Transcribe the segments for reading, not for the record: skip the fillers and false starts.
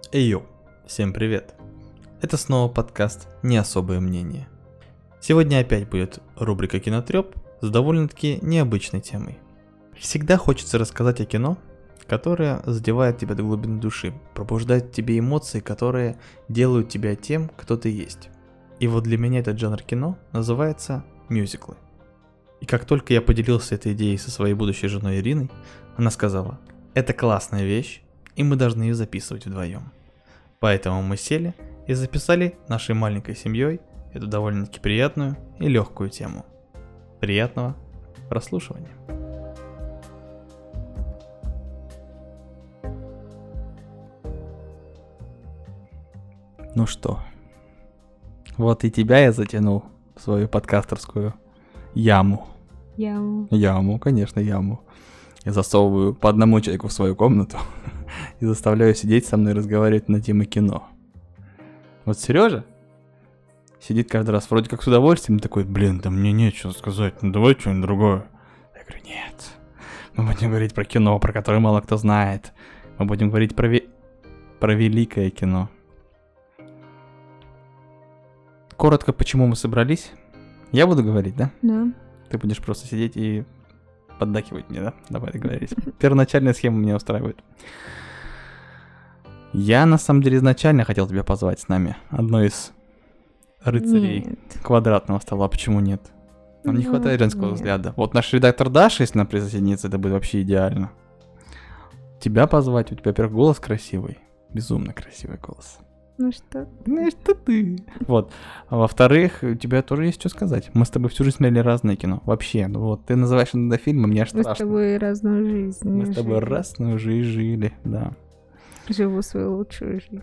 Йоу, всем привет! Это снова подкаст «Не особое мнение». Сегодня опять будет рубрика «Кинотрёп» с довольно-таки необычной темой. Всегда хочется рассказать о кино, которое задевает тебя до глубины души, пробуждает в тебе эмоции, которые делают тебя тем, кто ты есть. И вот для меня этот жанр кино называется мюзиклы. И как только я поделился этой идеей со своей будущей женой Ириной, она сказала: «Это классная вещь, и мы должны ее записывать вдвоем». Поэтому мы сели и записали нашей маленькой семьей эту довольно-таки приятную и легкую тему. Приятного прослушивания. Ну что, вот и тебя я затянул в свою подкастерскую яму. Яму, конечно, яму. Я засовываю по одному человеку в свою комнату и заставляю сидеть со мной и разговаривать на темы кино. Вот Сережа сидит каждый раз вроде как с удовольствием, такой: блин, да мне нечего сказать, ну давай что-нибудь другое. Я говорю: нет, мы будем говорить про кино, про которое мало кто знает. Мы будем говорить про великое кино. Коротко, почему мы собрались? Я буду говорить, да? Да. Ты будешь просто сидеть и поддакивать мне, да? Давай договорились. Первоначальная схема меня устраивает. Я, на самом деле, изначально хотел тебя позвать с нами. Одной из рыцарей квадратного стола. Почему нет? Нам не хватает женского взгляда. Вот наш редактор Даша, если она присоединится, это будет вообще идеально. Тебя позвать, у тебя, во-первых, голос красивый. Безумно красивый голос. Ну что? Ну что ты? Вот. А во-вторых, у тебя тоже есть что сказать. Мы с тобой всю жизнь смотрели разное кино. Вообще, ну вот, ты называешь иногда фильмы, мне аж страшно. Мы с тобой разную жизнь. Мы с тобой разную жизнь жили, да. Живу свою лучшую жизнь.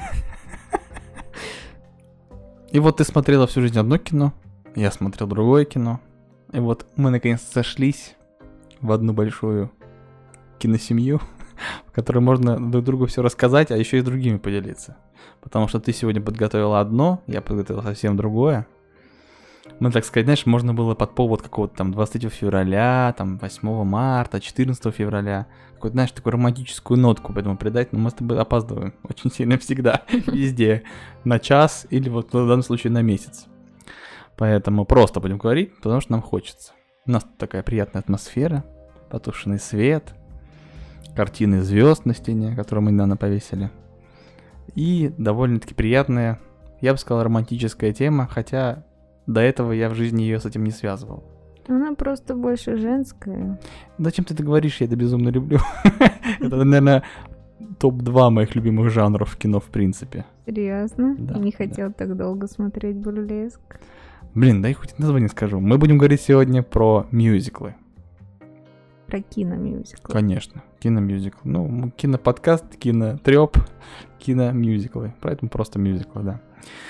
И вот ты смотрела всю жизнь одно кино, я смотрел другое кино. И вот мы наконец сошлись в одну большую киносемью, в которой можно друг другу все рассказать, а еще и с другими поделиться. Потому что ты сегодня подготовила одно, я подготовил совсем другое. Мы, так сказать, знаешь, можно было под повод какого-то там 23 февраля, там 8 марта, 14 февраля, какую-то, знаешь, такую романтическую нотку поэтому придать, но мы с тобой опаздываем очень сильно всегда, везде, на час или вот в данном случае на месяц. Поэтому просто будем говорить, потому что нам хочется. У нас тут такая приятная атмосфера, потушенный свет, картины звезд на стене, которые мы недавно повесили. И довольно-таки приятная, я бы сказал, романтическая тема, хотя до этого я в жизни ее с этим не связывал. Она просто больше женская. Зачем ты это говоришь? Я это безумно люблю. Это, наверное, топ-2 моих любимых жанров в кино, в принципе. Серьезно? Я не хотел так долго смотреть бурлеск. Блин, дай хоть название скажу. Мы будем говорить сегодня про мюзиклы. Про киномюзиклы. Конечно, киномюзикл. Ну, киноподкаст, кинотрёп, киномюзиклы. Поэтому просто мюзиклы, да.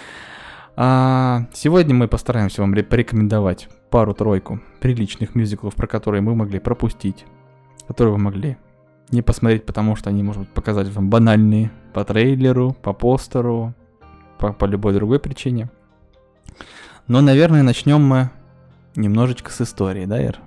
Сегодня мы постараемся вам порекомендовать пару-тройку приличных мюзиклов, про которые мы могли пропустить, которые вы могли не посмотреть, потому что они, может быть, показать вам банальные по трейлеру, по постеру, по любой другой причине. Но, наверное, начнем мы немножечко с истории, да, Ир?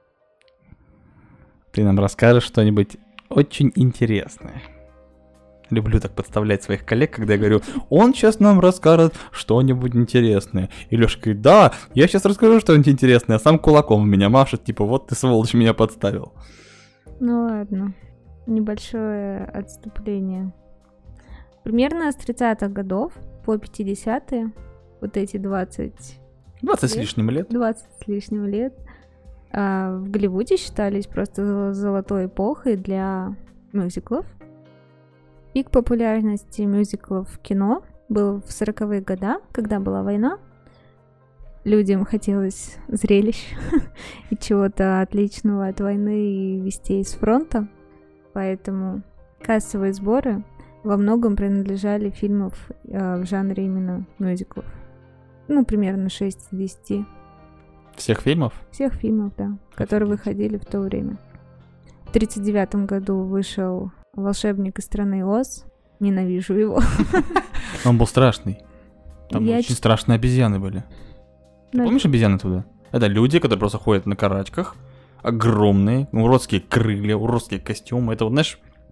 Ты нам расскажешь что-нибудь очень интересное. Люблю так подставлять своих коллег, когда я говорю: он сейчас нам расскажет что-нибудь интересное. И Лёша говорит: да, я сейчас расскажу что-нибудь интересное, а сам кулаком в меня машет, типа: вот ты, сволочь, меня подставил. Ну ладно, небольшое отступление. Примерно с 30-х годов по 50-е, вот эти 20 с лишним лет. 20 с лишним лет в Голливуде считались просто золотой эпохой для мюзиклов. Пик популярности мюзиклов в кино был в 40-е годы, когда была война. Людям хотелось зрелищ и чего-то отличного от войны и вестей с фронта. Поэтому кассовые сборы во многом принадлежали фильмам в жанре именно мюзиклов. Ну, примерно 6 из 10. Всех фильмов? Всех фильмов, да, которые выходили в то время. В 1939 году вышел «Волшебник из страны Оз». Ненавижу его. Он был страшный. Там очень страшные обезьяны были. Ты помнишь обезьяны туда? Это люди, которые просто ходят на карачках, огромные, уродские крылья, уродские костюмы. Это вот, знаешь,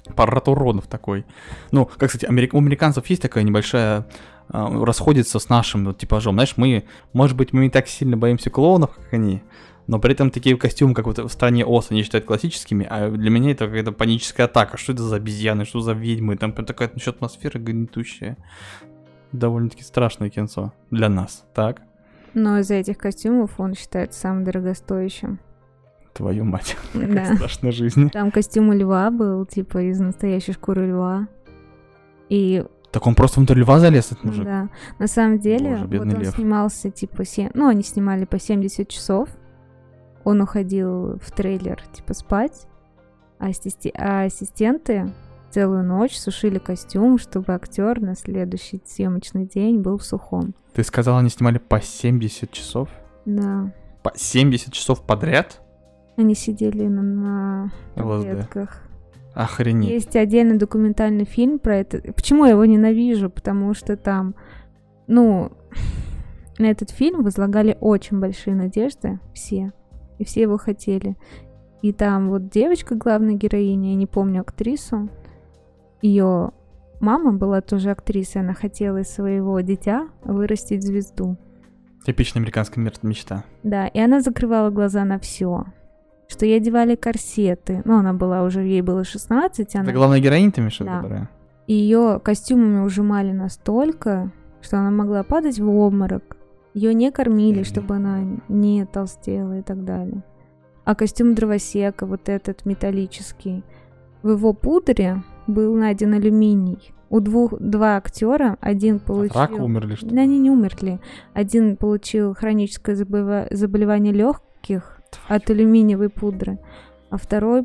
парад уронов такой. Ну, как, кстати, у американцев есть такая небольшая... расходится с нашим типажом. Знаешь, может быть, мы не так сильно боимся клоунов, как они, но при этом такие костюмы, как вот в стране Оз, они считают классическими, а для меня это какая-то паническая атака. Что это за обезьяны, что за ведьмы? Там такая еще атмосфера гнетущая. Довольно-таки страшное кинцо для нас, так? Но из-за этих костюмов он считается самым дорогостоящим. Твою мать, Да. какая страшная жизнь. Там костюм у льва был, типа, из настоящей шкуры льва. И Так он просто внутрь льва залез, этот мужик? да, на самом деле, Боже, вот бедный он лев. снимался, типа, ну, они снимали по 70 часов. Он уходил в трейлер, типа, спать. А ассистенты целую ночь сушили костюм, чтобы актер на следующий съемочный день был в сухом. Ты сказал, они снимали по 70 часов? Да. По 70 часов подряд? Они сидели на ЛСД. таблетках. Охренеть. Есть отдельный документальный фильм про это. Почему я его ненавижу? Потому что там, ну, на этот фильм возлагали очень большие надежды все. И все его хотели. И там вот девочка, главная героиня, я не помню актрису, ее мама была тоже актрисой, она хотела из своего дитя вырастить звезду. Типичная американская мечта. Да, и она закрывала глаза на все. Что ей одевали корсеты. Ну, она была уже, ей было 16, она... Это главная героиня, ты имеешь в виду, Да. которая? И ее костюмами ужимали настолько, что она могла падать в обморок. Ее не кормили, чтобы она не толстела и так далее. А костюм дровосека, вот этот металлический, в его пудре был найден алюминий. Два актера, один получил... От рака умерли, что ли? Да, они не умерли. Один получил хроническое заболевание легких от алюминиевой пудры, а второй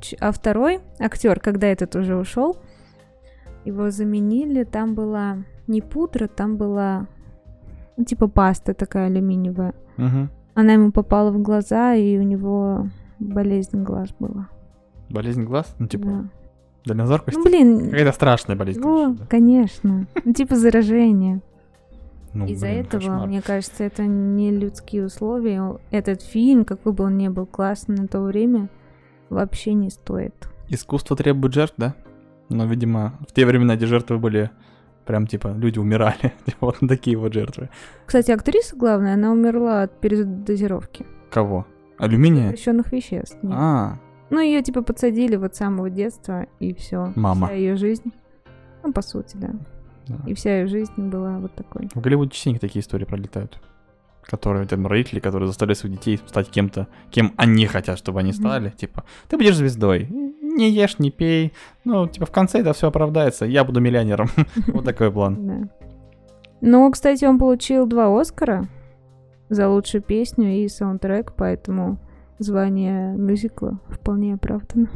актер, когда этот уже ушел, его заменили, там была не пудра, там была типа паста такая алюминиевая. Угу. Она ему попала в глаза, и у него болезнь глаз была. Болезнь глаз? Ну, типа, Да. дальнозоркость? Ну, блин, Какая-то страшная болезнь. ну, короче, да. конечно. Ну, типа заражение. Ну, Из-за блин, этого, кошмар. мне кажется, это не людские условия. Этот фильм, какой бы он ни был классный на то время, вообще не стоит. Искусство требует жертв, да? Но, видимо, в те времена эти жертвы были прям, типа, люди умирали. Вот такие вот жертвы. Кстати, актриса главная, она умерла от передозировки. Кого? Алюминия? Запрещенных веществ. Нет. А, Ну, ее типа подсадили вот с самого детства, и все. Мама. Вся ее жизнь. Ну, по сути, да. да. И вся ее жизнь была вот такой. В Голливуде частенько такие истории пролетают. Которые, там, родители, которые заставляют своих детей стать кем-то, кем они хотят, чтобы они стали. Типа, ты будешь звездой. Не ешь, не пей. Ну, типа, в конце это все оправдается. Я буду миллионером. Вот такой план. Да. Ну, кстати, он получил 2 Оскара за лучшую песню и саундтрек, поэтому звание мюзикла вполне оправдано.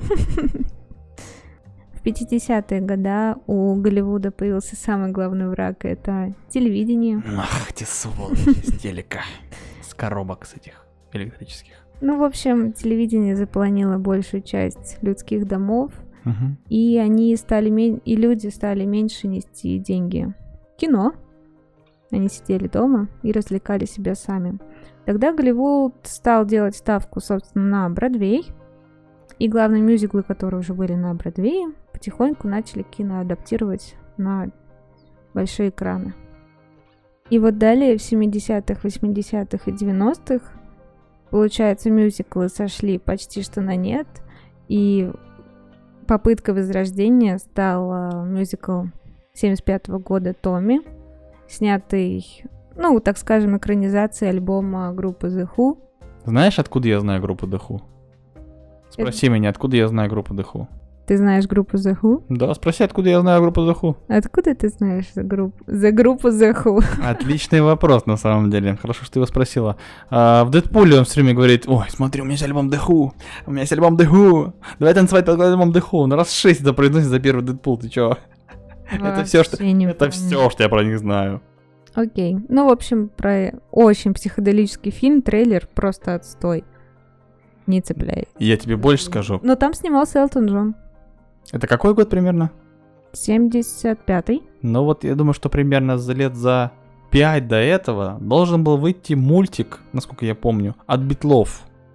В 50-е годы у Голливуда появился самый главный враг — это телевидение. Ах, эти сволочи с телека. С коробок с этих электрических. Ну, в общем, телевидение заполонило большую часть людских домов, Мгм. и они и люди стали меньше нести деньги в кино. Они сидели дома и развлекали себя сами. Тогда Голливуд стал делать ставку, собственно, на Бродвей. И главные мюзиклы, которые уже были на Бродвее, потихоньку начали киноадаптировать на большие экраны. И вот далее в 70-х, 80-х и 90-х, получается, мюзиклы сошли почти что на нет. И попыткой возрождения стал мюзикл 75-го года «Томми», снятый, ну, так скажем, экранизацией альбома группы The Who. Знаешь, откуда я знаю группу The Who? Спроси меня, откуда я знаю группу The Who? Ты знаешь группу The Who? Да, спроси, откуда я знаю группу The Who. Откуда ты знаешь группу The Who? Отличный вопрос, на самом деле. Хорошо, что ты его спросила. В Дэдпуле он все время говорит: ой, смотри, у меня есть альбом The Who. У меня есть альбом The Who. Давай танцевать под альбом The Who. Ну, раз 6 это произносит за первый Дэдпул, ты чё? Это все, что я про них знаю. Окей. Ну, в общем, про очень психоделический фильм, трейлер просто отстой. Не цепляет. Я тебе больше скажу. Но там снимался Элтон Джон. Это какой год примерно? 75-й. Ну вот я думаю, что примерно за 5 до этого должен был выйти мультик, насколько я помню, от Битлов,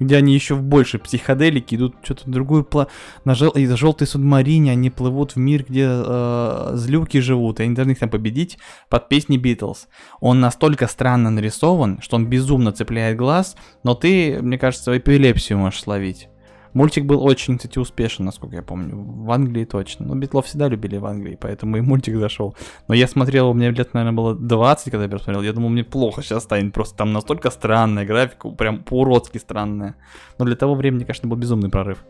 где они еще в большей психоделике идут что-то другую на желтой субмарине, они плывут в мир, где злюки живут, и они должны их там победить под песни Битлз. Он настолько странно нарисован, что он безумно цепляет глаз, но ты, мне кажется, эпилепсию можешь словить. Мультик был очень, кстати, успешен, насколько я помню. В Англии точно. Но Битлов всегда любили в Англии, поэтому и мультик зашел. Но я смотрел, у меня лет, наверное, было 20, когда я пересмотрел. Я думал, мне плохо сейчас станет. Просто там настолько странная графика, прям по-уродски странная. Но для того времени, конечно, был безумный прорыв.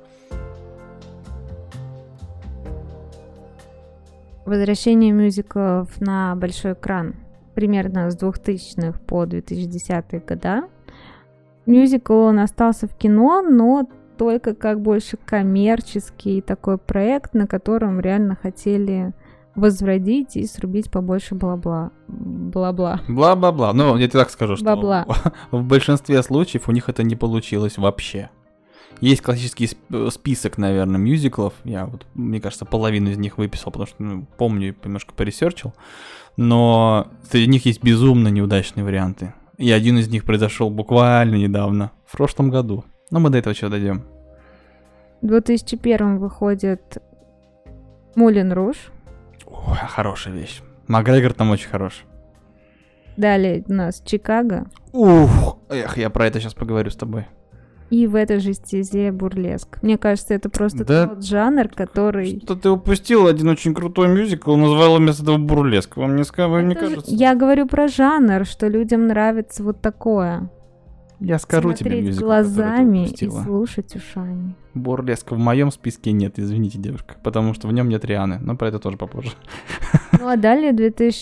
Возвращение мюзиклов на большой экран. Примерно с 2000-х по 2010-е года. Мюзикл, он остался в кино, но только как больше коммерческий такой проект, на котором реально хотели возродить и срубить побольше бла-бла. Бла-бла. Бла-бла-бла. Ну, я тебе так скажу, что Бла-бла. в большинстве случаев у них это не получилось вообще. Есть классический список, наверное, мюзиклов. Я вот, мне кажется, половину из них выписал, потому что помню и немножко поресерчил. Но среди них есть безумно неудачные варианты. И один из них произошел буквально недавно, в прошлом году. Но мы до этого еще дойдем. В 2001 выходит Мулен Руж. Ой, хорошая вещь. Макгрегор там очень хорош. Далее у нас Чикаго. Ух, я про это сейчас поговорю с тобой. И в этой же стезе бурлеск. Мне кажется, это просто тот жанр, который... Что ты упустил один очень крутой мюзикл, назвал вместо этого бурлеск. Вам не кажется? Я говорю про жанр, что людям нравится вот такое. Я скажу тебе мюзикл, мюзикл, глазами и слушать ушами. Бурлеск в моем списке нет, извините, девушка, потому что в нем нет Рианы, но про это тоже попозже. Ну а далее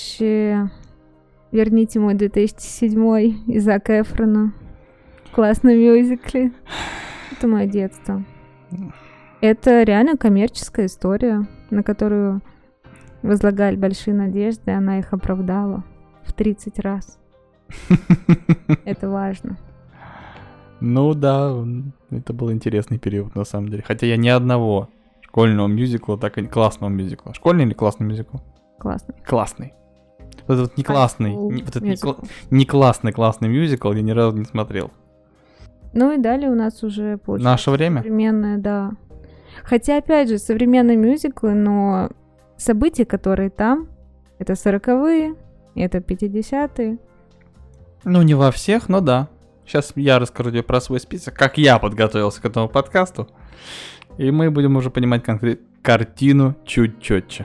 2000... Верните мой 2007 и Зака Эфрона. В классном мюзикле. Это мое детство. Это реально коммерческая история, на которую возлагали большие надежды, и она их оправдала в 30 раз. Это важно. Ну да, это был интересный период на самом деле. Хотя я ни одного школьного мюзикла, так и классного мюзикла. Школьный или классный мюзикл? Классный. Классный. Вот этот не классный, вот этот не классный мюзикл я ни разу не смотрел. Ну и далее у нас уже получается наше время? Современное, да. Хотя, опять же, современные мюзиклы, но события, которые там, это 40-е, это 50-е. Ну, не во всех, но да. Сейчас я расскажу тебе про свой список, как я подготовился к этому подкасту. И мы будем уже понимать картину чуть четче.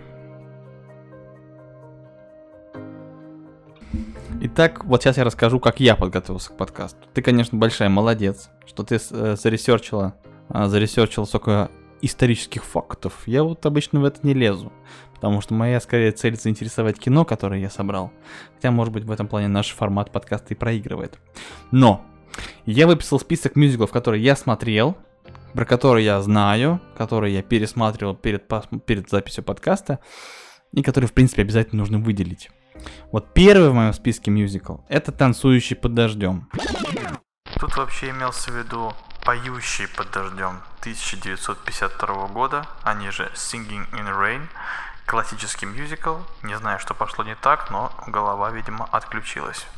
Итак, вот сейчас я расскажу, как я подготовился к подкасту. Ты, конечно, большая молодец, что ты заресерчил столько исторических фактов. Я вот обычно в это не лезу, потому что моя, скорее, цель заинтересовать кино, которое я собрал. Хотя, может быть, в этом плане наш формат подкаста и проигрывает. Но я выписал список мюзиклов, которые я смотрел, про которые я знаю, которые я пересматривал перед записью подкаста, и которые, в принципе, обязательно нужно выделить. Вот первый в моем списке мюзикл — это «Танцующий под дождем». Тут вообще имелся в виду «Поющий под дождем» 1952 года, они же «Singing in the Rain», классический мюзикл. Не знаю, что пошло не так, но голова, видимо, отключилась.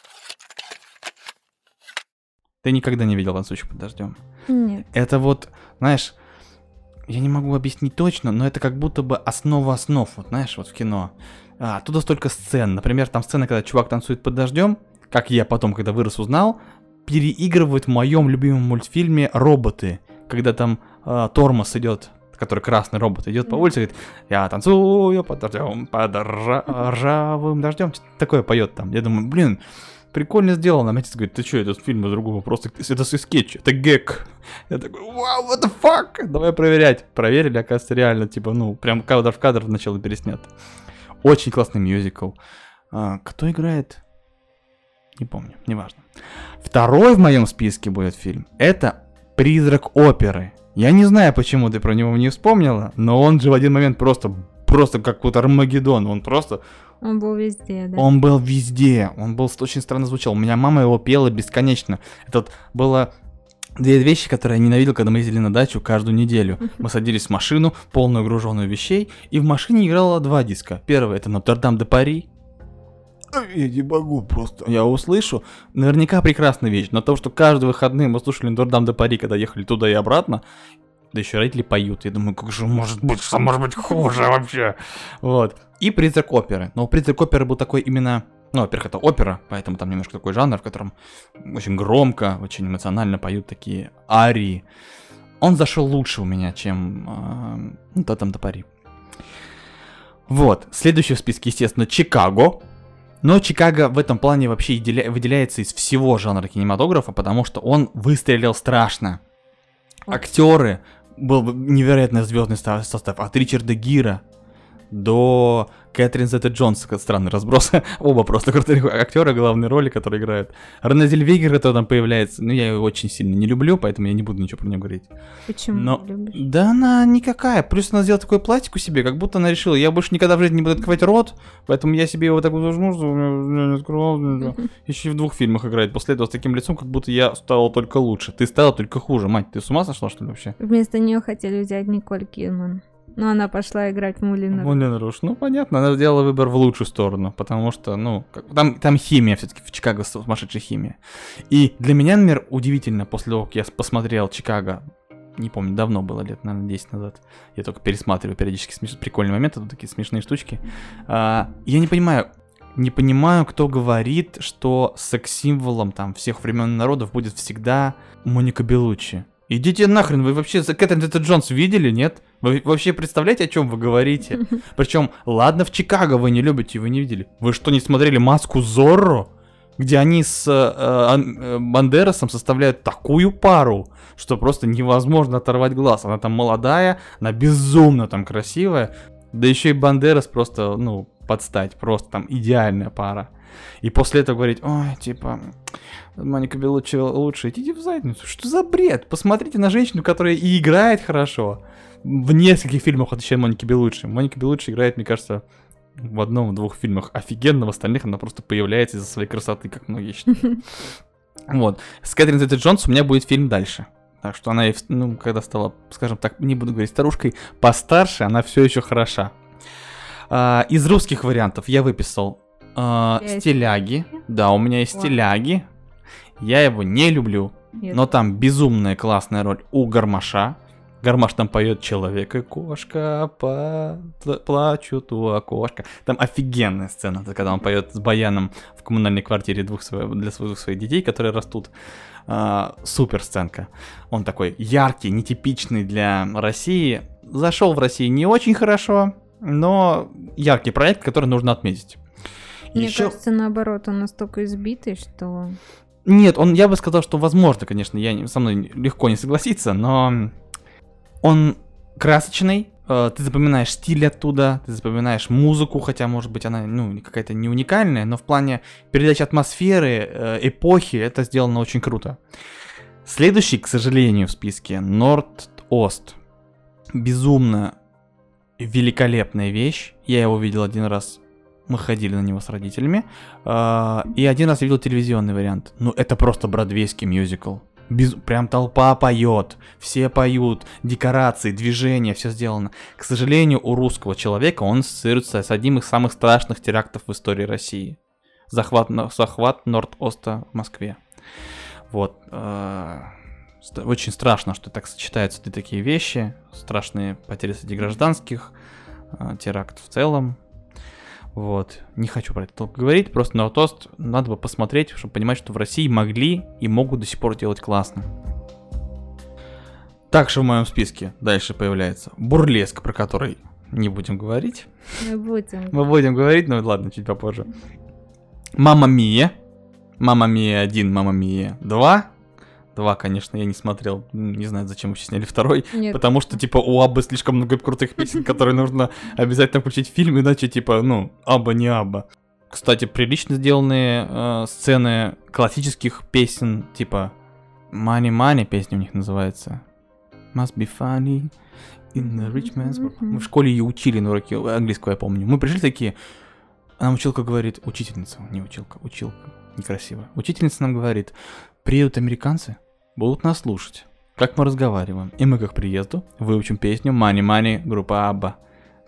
Ты никогда не видел «Танцующий под дождем»? Нет. Это вот, знаешь, я не могу объяснить точно, но это как будто бы основа основ, вот знаешь, вот в кино. Оттуда столько сцен. Например, там сцена, когда чувак танцует под дождем, как я потом, когда вырос, узнал, переигрывают в моем любимом мультфильме «Роботы». Когда там Тормоз идет, который красный робот, идет по улице и говорит: «Я танцую под дождем, под ржавым дождем». Что-то такое поет там. Я думаю, блин, прикольно сделано. А отец говорит: ты что, это фильм из другого, просто это скетч, это гэг. Я такой: вау, what the fuck? Давай проверять. Проверили, оказывается, реально, типа, ну, прям кадр в кадр начало переснято. Очень классный мюзикл. Кто играет? Не помню, неважно. Второй в моем списке будет фильм. Это «Призрак оперы». Я не знаю, почему ты про него не вспомнила, но он же в один момент просто как вот Армагеддон. Он был везде, да? Он был везде. Он был очень странно звучал. У меня мама его пела бесконечно. Это было две вещи, которые я ненавидел, когда мы ездили на дачу каждую неделю. Мы садились в машину, полную груженную вещей, и в машине играло два диска. Первый — это «Нотр-Дам де Пари», Я не могу просто. Я услышу. Наверняка прекрасная вещь. Но то, что каждые выходные мы слушали Нотр-Дам де Пари, когда ехали туда и обратно, да еще родители поют. Я думаю, как же может быть, что может быть хуже вообще. Вот. И «Призрак оперы». Но «Призрак оперы» был такой именно... Ну, во-первых, это опера, поэтому там немножко такой жанр, в котором очень громко, очень эмоционально поют такие арии. Он зашел лучше у меня, чем «Нотр-Дам де Пари». Вот. Следующий в списке, естественно, «Чикаго». Но Чикаго в этом плане вообще выделяется из всего жанра кинематографа, потому что он выстрелил страшно. Актеры, был невероятно звездный состав, от Ричарда Гира до Кэтрин Зета-Джонс, странный разброс, оба просто крутые актеры, главные роли, которые играют. Рене Зельвегер, который там появляется, ну я ее очень сильно не люблю, поэтому я не буду ничего про нее говорить. Почему не любишь? Да она никакая, плюс она сделала такой пластику себе, как будто она решила, я больше никогда в жизни не буду открывать рот, поэтому я себе его так вот возьму, что у меня не открывал, еще и в 2 фильмах играет, после этого с таким лицом, как будто я стала только лучше, ты стала только хуже, мать, ты с ума сошла, что ли, вообще? Вместо нее хотели взять Николь Кидман. Но она пошла играть Мулин Руж. Ну, понятно, она сделала выбор в лучшую сторону, потому что, ну, там химия все-таки, в Чикаго сумасшедшая химия. И для меня, например, удивительно, после того, как я посмотрел «Чикаго», не помню, давно было, лет, наверное, 10 назад, я только пересматриваю периодически прикольные моменты, тут такие смешные штучки. Я не понимаю, кто говорит, что секс-символом там всех времен народов будет всегда Моника Беллуччи. Идите нахрен, вы вообще Кэтрин Зета-Джонс видели, нет? Вы вообще представляете, о чем вы говорите? Причем, ладно, в Чикаго вы не любите, вы не видели. Вы что, не смотрели «Маску Зорро», где они с Бандерасом составляют такую пару, что просто невозможно оторвать глаз. Она там молодая, она безумно там красивая. Да еще и Бандерас просто, ну, подстать, просто там идеальная пара. И после этого говорить, ой, типа, Моника Беллуччи лучше, идите в задницу. Что за бред? Посмотрите на женщину, которая и играет хорошо. В нескольких фильмах отличает Моники Беллуччи. Моника Беллуччи играет, мне кажется, в 1-2 фильмах офигенно, в остальных она просто появляется из-за своей красоты, как многие считают. Вот. С Кэтрин Зета-Джонс у меня будет фильм дальше. Так что она, ну, когда стала, скажем так, не буду говорить старушкой, постарше, она все еще хороша. Из русских вариантов я выписал «Стиляги». Да, у меня есть «Стиляги». Я его не люблю, но там безумная классная роль у Гармаша. Гармаш там поет «Человек и кошка плачут у окошка». Там офигенная сцена, когда он поет с баяном в коммунальной квартире для своих детей, которые растут. Супер сценка. Он такой яркий, нетипичный для России. Зашел в России не очень хорошо, но яркий проект, который нужно отметить. Мне кажется, наоборот, он настолько избитый, что... Нет, я бы сказал, что возможно, конечно, со мной легко не согласиться, но он красочный, ты запоминаешь стиль оттуда, ты запоминаешь музыку, хотя, может быть, она, ну, какая-то не уникальная, но в плане передачи атмосферы, эпохи, это сделано очень круто. Следующий, к сожалению, в списке Норд-Ост. Безумно великолепная вещь. Я его видел один раз. Мы ходили на него с родителями. И один раз я видел телевизионный вариант. Ну, это просто бродвейский мюзикл. Прям толпа поет, все поют, декорации, движения, все сделано. К сожалению, у русского человека он ассоциируется с одним из самых страшных терактов в истории России. Захват Норд-Оста в Москве. Вот. Очень страшно, что так сочетаются такие вещи. Страшные потери среди гражданских, теракт в целом. Вот. Не хочу про это только говорить, просто Норд-Ост надо бы посмотреть, чтобы понимать, что в России могли и могут до сих пор делать классно. Также в моем списке дальше появляется «Бурлеск», про который не будем говорить. Мы будем говорить, но ладно, чуть попозже. «Мамма Мия». «Мамма Мия 1», «Мамма Мия 2». 2, конечно, я не смотрел, не знаю, зачем вообще сняли 2, Нет. потому что, типа, у Аббы слишком много крутых песен, которые нужно обязательно включить в фильм, иначе, типа, ну, Абба не Абба. Кстати, прилично сделанные сцены классических песен, типа Money Money песня у них называется. Must be funny in the rich man's world. Мы в школе ее учили на уроке английского, я помню. Мы пришли такие, а нам училка говорит, учительница, не училка, некрасиво. Учительница нам говорит, приедут американцы, будут нас слушать, как мы разговариваем. И мы к их приезду выучим песню Money Money группа Абба.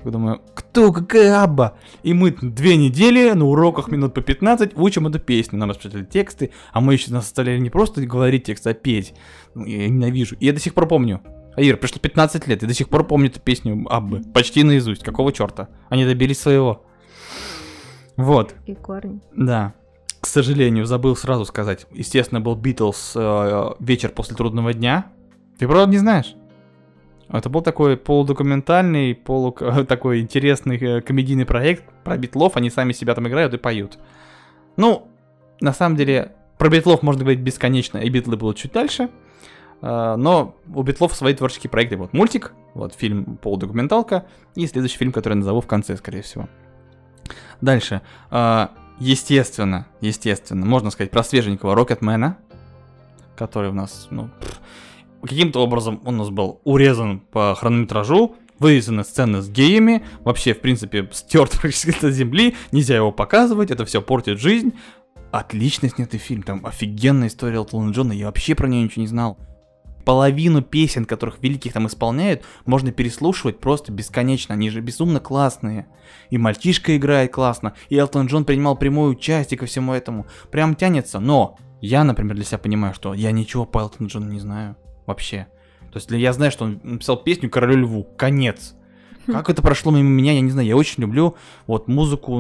Я думаю, кто, какая Абба? И мы 2 недели на уроках минут по 15 учим эту песню. Нам распределили тексты, а мы еще нас заставляли не просто говорить текст, а петь. Я ненавижу. И я до сих пор помню. Аир, прошло 15 лет, и до сих пор помню эту песню Аббы. Почти наизусть. Какого черта? Они добились своего. Вот. Какие корни. Да. К сожалению, забыл сразу сказать. Естественно, был Битлз «Вечер после трудного дня». Ты правда не знаешь? Это был такой полудокументальный, такой интересный комедийный проект про Битлов. Они сами себя там играют и поют. Ну, на самом деле, про Битлов можно говорить бесконечно, и Битлы будут чуть дальше. Но у Битлов свои творческие проекты. Вот мультик, вот фильм полудокументалка, и следующий фильм, который я назову в конце, скорее всего. Дальше. Естественно, можно сказать про свеженького Рокетмена, который у нас, каким-то образом он у нас был урезан по хронометражу, вырезаны сцены с геями, вообще, в принципе, стерт практически до земли, нельзя его показывать, это все портит жизнь. Отлично снятый фильм, там офигенная история Элтона Джона, я вообще про нее ничего не знал. Половину песен, которых великих там исполняют, можно переслушивать просто бесконечно, они же безумно классные. И мальчишка играет классно, и Элтон Джон принимал прямое участие ко всему этому. Прям тянется, но я, например, для себя понимаю, что я ничего по Элтону Джону не знаю вообще. То есть я знаю, что он написал песню «Королю льву», конец. Как это прошло мимо меня, я не знаю, я очень люблю вот музыку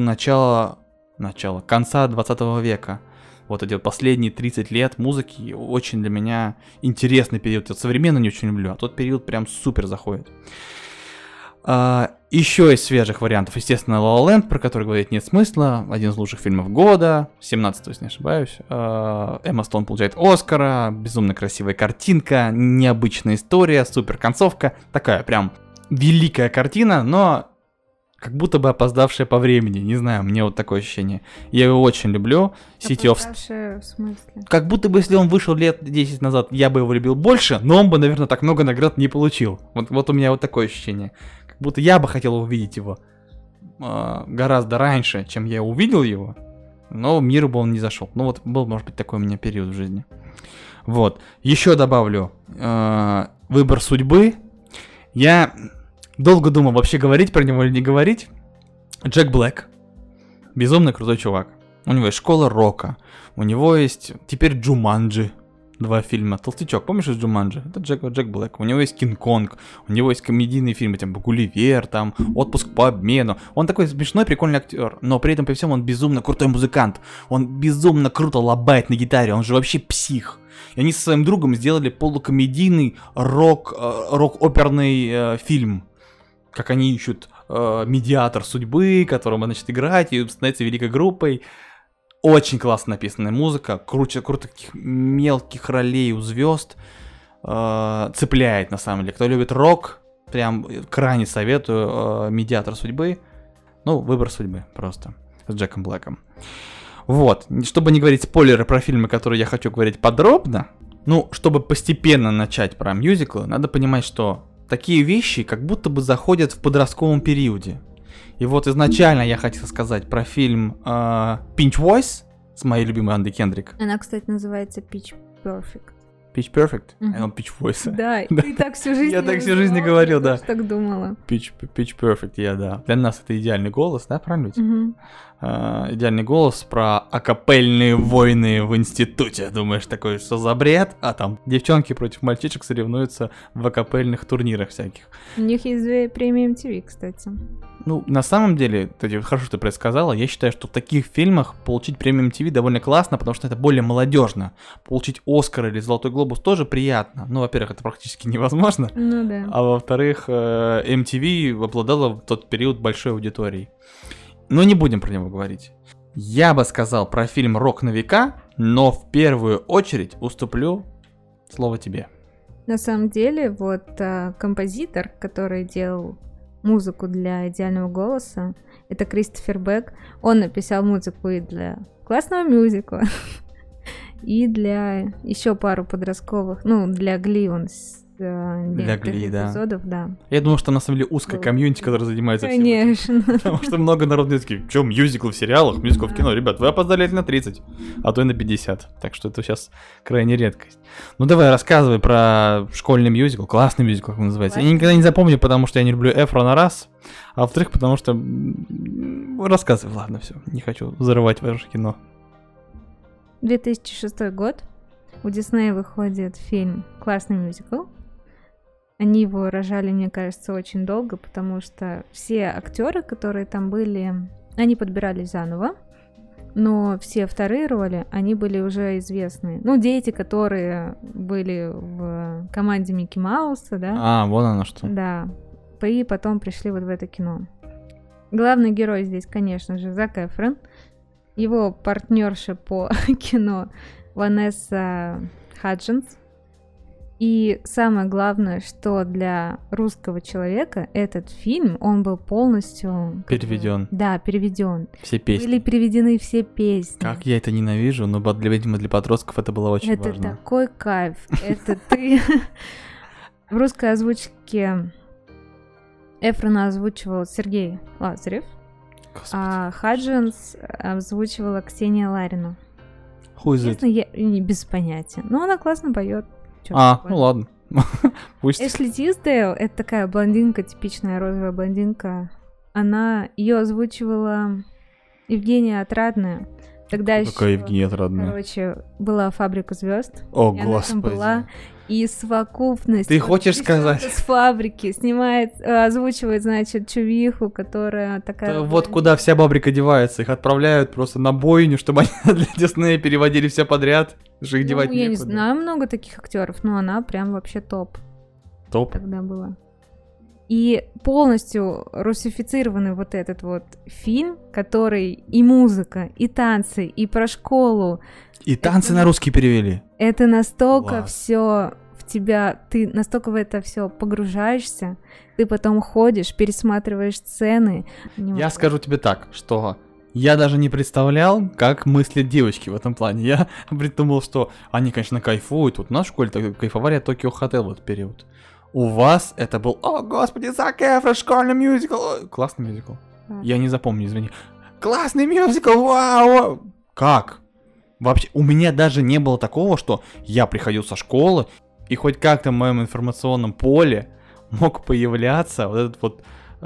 конца 20 века. Вот эти вот последние 30 лет музыки очень для меня интересный период. Вот современно не очень люблю, а тот период прям супер заходит. Еще из свежих вариантов, естественно, La La Land, про который говорить нет смысла. Один из лучших фильмов года, 17-го, если не ошибаюсь. Эмма Стоун получает Оскара, безумно красивая картинка, необычная история, супер концовка. Такая прям великая картина, но как будто бы опоздавшая по времени. Не знаю, мне вот такое ощущение. Я его очень люблю. Опоздавшая в смысле? Как будто бы, если он вышел лет 10 назад, я бы его любил больше, но он бы, наверное, так много наград не получил. Вот у меня вот такое ощущение. Как будто я бы хотел увидеть его гораздо раньше, чем я увидел его, но в мир бы он не зашел. Ну вот был, может быть, такой у меня период в жизни. Вот. Еще добавлю «Выбор судьбы». Я долго думал, вообще говорить про него или не говорить. Джек Блэк. Безумно крутой чувак. У него есть «Школа рока». У него есть теперь «Джуманджи». 2 фильма. «Толстячок», помнишь из «Джуманджи»? Это Джек Блэк. У него есть «Кинг-Конг». У него есть комедийные фильмы, там «Гулливер», там «Отпуск по обмену». Он такой смешной, прикольный актер. Но при этом, при всем, он безумно крутой музыкант. Он безумно круто лобает на гитаре. Он же вообще псих. И они со своим другом сделали полукомедийный рок-оперный фильм. Как они ищут медиатор судьбы, которому начнет играть и становится великой группой. Очень классно написанная музыка, круто таких мелких ролей у звезд. Цепляет, на самом деле. Кто любит рок, прям крайне советую «Медиатор судьбы». Ну, «Выбор судьбы» просто, с Джеком Блэком. Вот, чтобы не говорить спойлеры про фильмы, которые я хочу говорить подробно, чтобы постепенно начать про мюзиклы, надо понимать, что такие вещи как будто бы заходят в подростковом периоде. И вот изначально я хотел сказать про фильм Pinch Voice с моей любимой Анной Кендрик. Она, кстати, называется Pitch Perfect. Pitch Perfect? А он Pitch Voice. Да, ты так всю жизнь я так всю жизнь и говорил, да. Я так думала. Pitch Perfect, да. Для нас это идеальный голос, да, правильно ведь? Идеальный голос про акапельные войны в институте. Думаешь, такой, что за бред? А там девчонки против мальчишек соревнуются в акапельных турнирах всяких. У них есть 2 премии MTV, кстати. На самом деле, хорошо, что ты предсказала, я считаю, что в таких фильмах получить премию MTV довольно классно, потому что это более молодежно. Получить Оскар или Золотой глобус тоже приятно. Во-первых, это практически невозможно. Ну да. А во-вторых, MTV обладала в тот период большой аудиторией. Но не будем про него говорить. Я бы сказал про фильм «Рок на века», но в первую очередь уступлю слово тебе. На самом деле, композитор, который делал музыку для «Идеального голоса», это Кристофер Бек. Он написал музыку и для классного мюзикла, и для еще пару подростковых, для Гли он Для Гли, да. эпизодов, да. Я думал, что на самом деле узкая Было. комьюнити, которая занимается всем этим. Конечно. Потому что много народных таких, что, мюзиклы в сериалах, мюзикл в кино. Ребят, вы опоздали лет на 30, а то и на 50. Так что это сейчас крайне редкость. Ну давай, рассказывай про школьный мюзикл, классный мюзикл, как он называется. Я никогда не запомню, потому что я не люблю Эфрона раз, а во-вторых, потому что... Рассказывай, ладно, все, не хочу зарывать ваше кино. 2006 год. У Диснея выходит фильм «Классный мюзикл». Они его рожали, мне кажется, очень долго, потому что все актеры, которые там были, они подбирались заново, но все вторые роли, они были уже известны. Ну, дети, которые были в команде Микки Мауса, да? А, вон оно что. Да. И потом пришли вот в это кино. Главный герой здесь, конечно же, Зак Эфрон. Его партнерша по кино Ванесса Хадженс. И самое главное, что для русского человека этот фильм, он был полностью... Переведен. Да, переведен. Все песни. Были переведены все песни. Как я это ненавижу, но, видимо, для подростков это было очень это важно. Это такой кайф. Это ты... В русской озвучке Эфрона озвучивал Сергей Лазарев, а Хадженс озвучивала Ксения Ларина. Честно, я без понятия. Но она классно поет. Ну ладно. Пусть. Эшли Тисдейл — это такая блондинка, типичная розовая блондинка. Ее озвучивала Евгения Отрадная. Тогда Какая еще, Евгения Отрадная? Короче, была «Фабрика звезд». О, и господи. Она там была. И совокупность... Ты хочешь сказать? С фабрики озвучивает, значит, чувиху, которая такая... Да вот куда вся фабрика девается. Их отправляют просто на бойню, чтобы они для Диснея переводили все подряд. Что их девать я не некуда. знаю много таких актеров, но она прям вообще топ. Топ? Тогда была. И полностью русифицированный вот этот вот фильм, который и музыка, и танцы, и про школу. И танцы на русский перевели. Это настолько Класс. все в тебя, ты настолько в это все погружаешься, ты потом ходишь, пересматриваешь сцены. Я скажу тебе так, что я даже не представлял, как мыслят девочки в этом плане. Я придумал, что они, конечно, кайфуют. Вот у нас в школе кайфовали от Токио Хотел в этот период. У вас это был, о господи, Зак Эфрон, школьный мюзикл. Классный мюзикл. Я не запомню, извини. Классный мюзикл, вау! Как? Вообще, у меня даже не было такого, что я приходил со школы, и хоть как-то в моем информационном поле мог появляться вот этот вот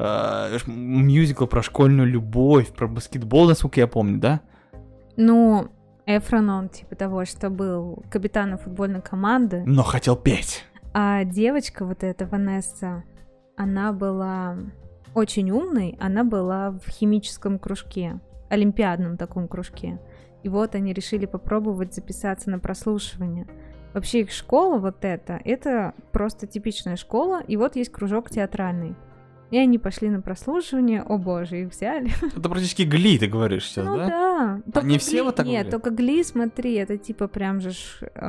мюзикл про школьную любовь, про баскетбол, насколько я помню, да? Ну, Эфрон, он типа того, что был капитаном футбольной команды. Но хотел петь. А девочка вот эта, Ванесса, она была очень умной, она была в химическом кружке, олимпиадном таком кружке. И вот они решили попробовать записаться на прослушивание. Вообще их школа вот это просто типичная школа, и вот есть кружок театральный. И они пошли на прослушивание, о боже, их взяли. Это практически Гли, ты говоришь сейчас, Ну да? да. Они все вот так Нет, были? только Гли, смотри, это типа прям же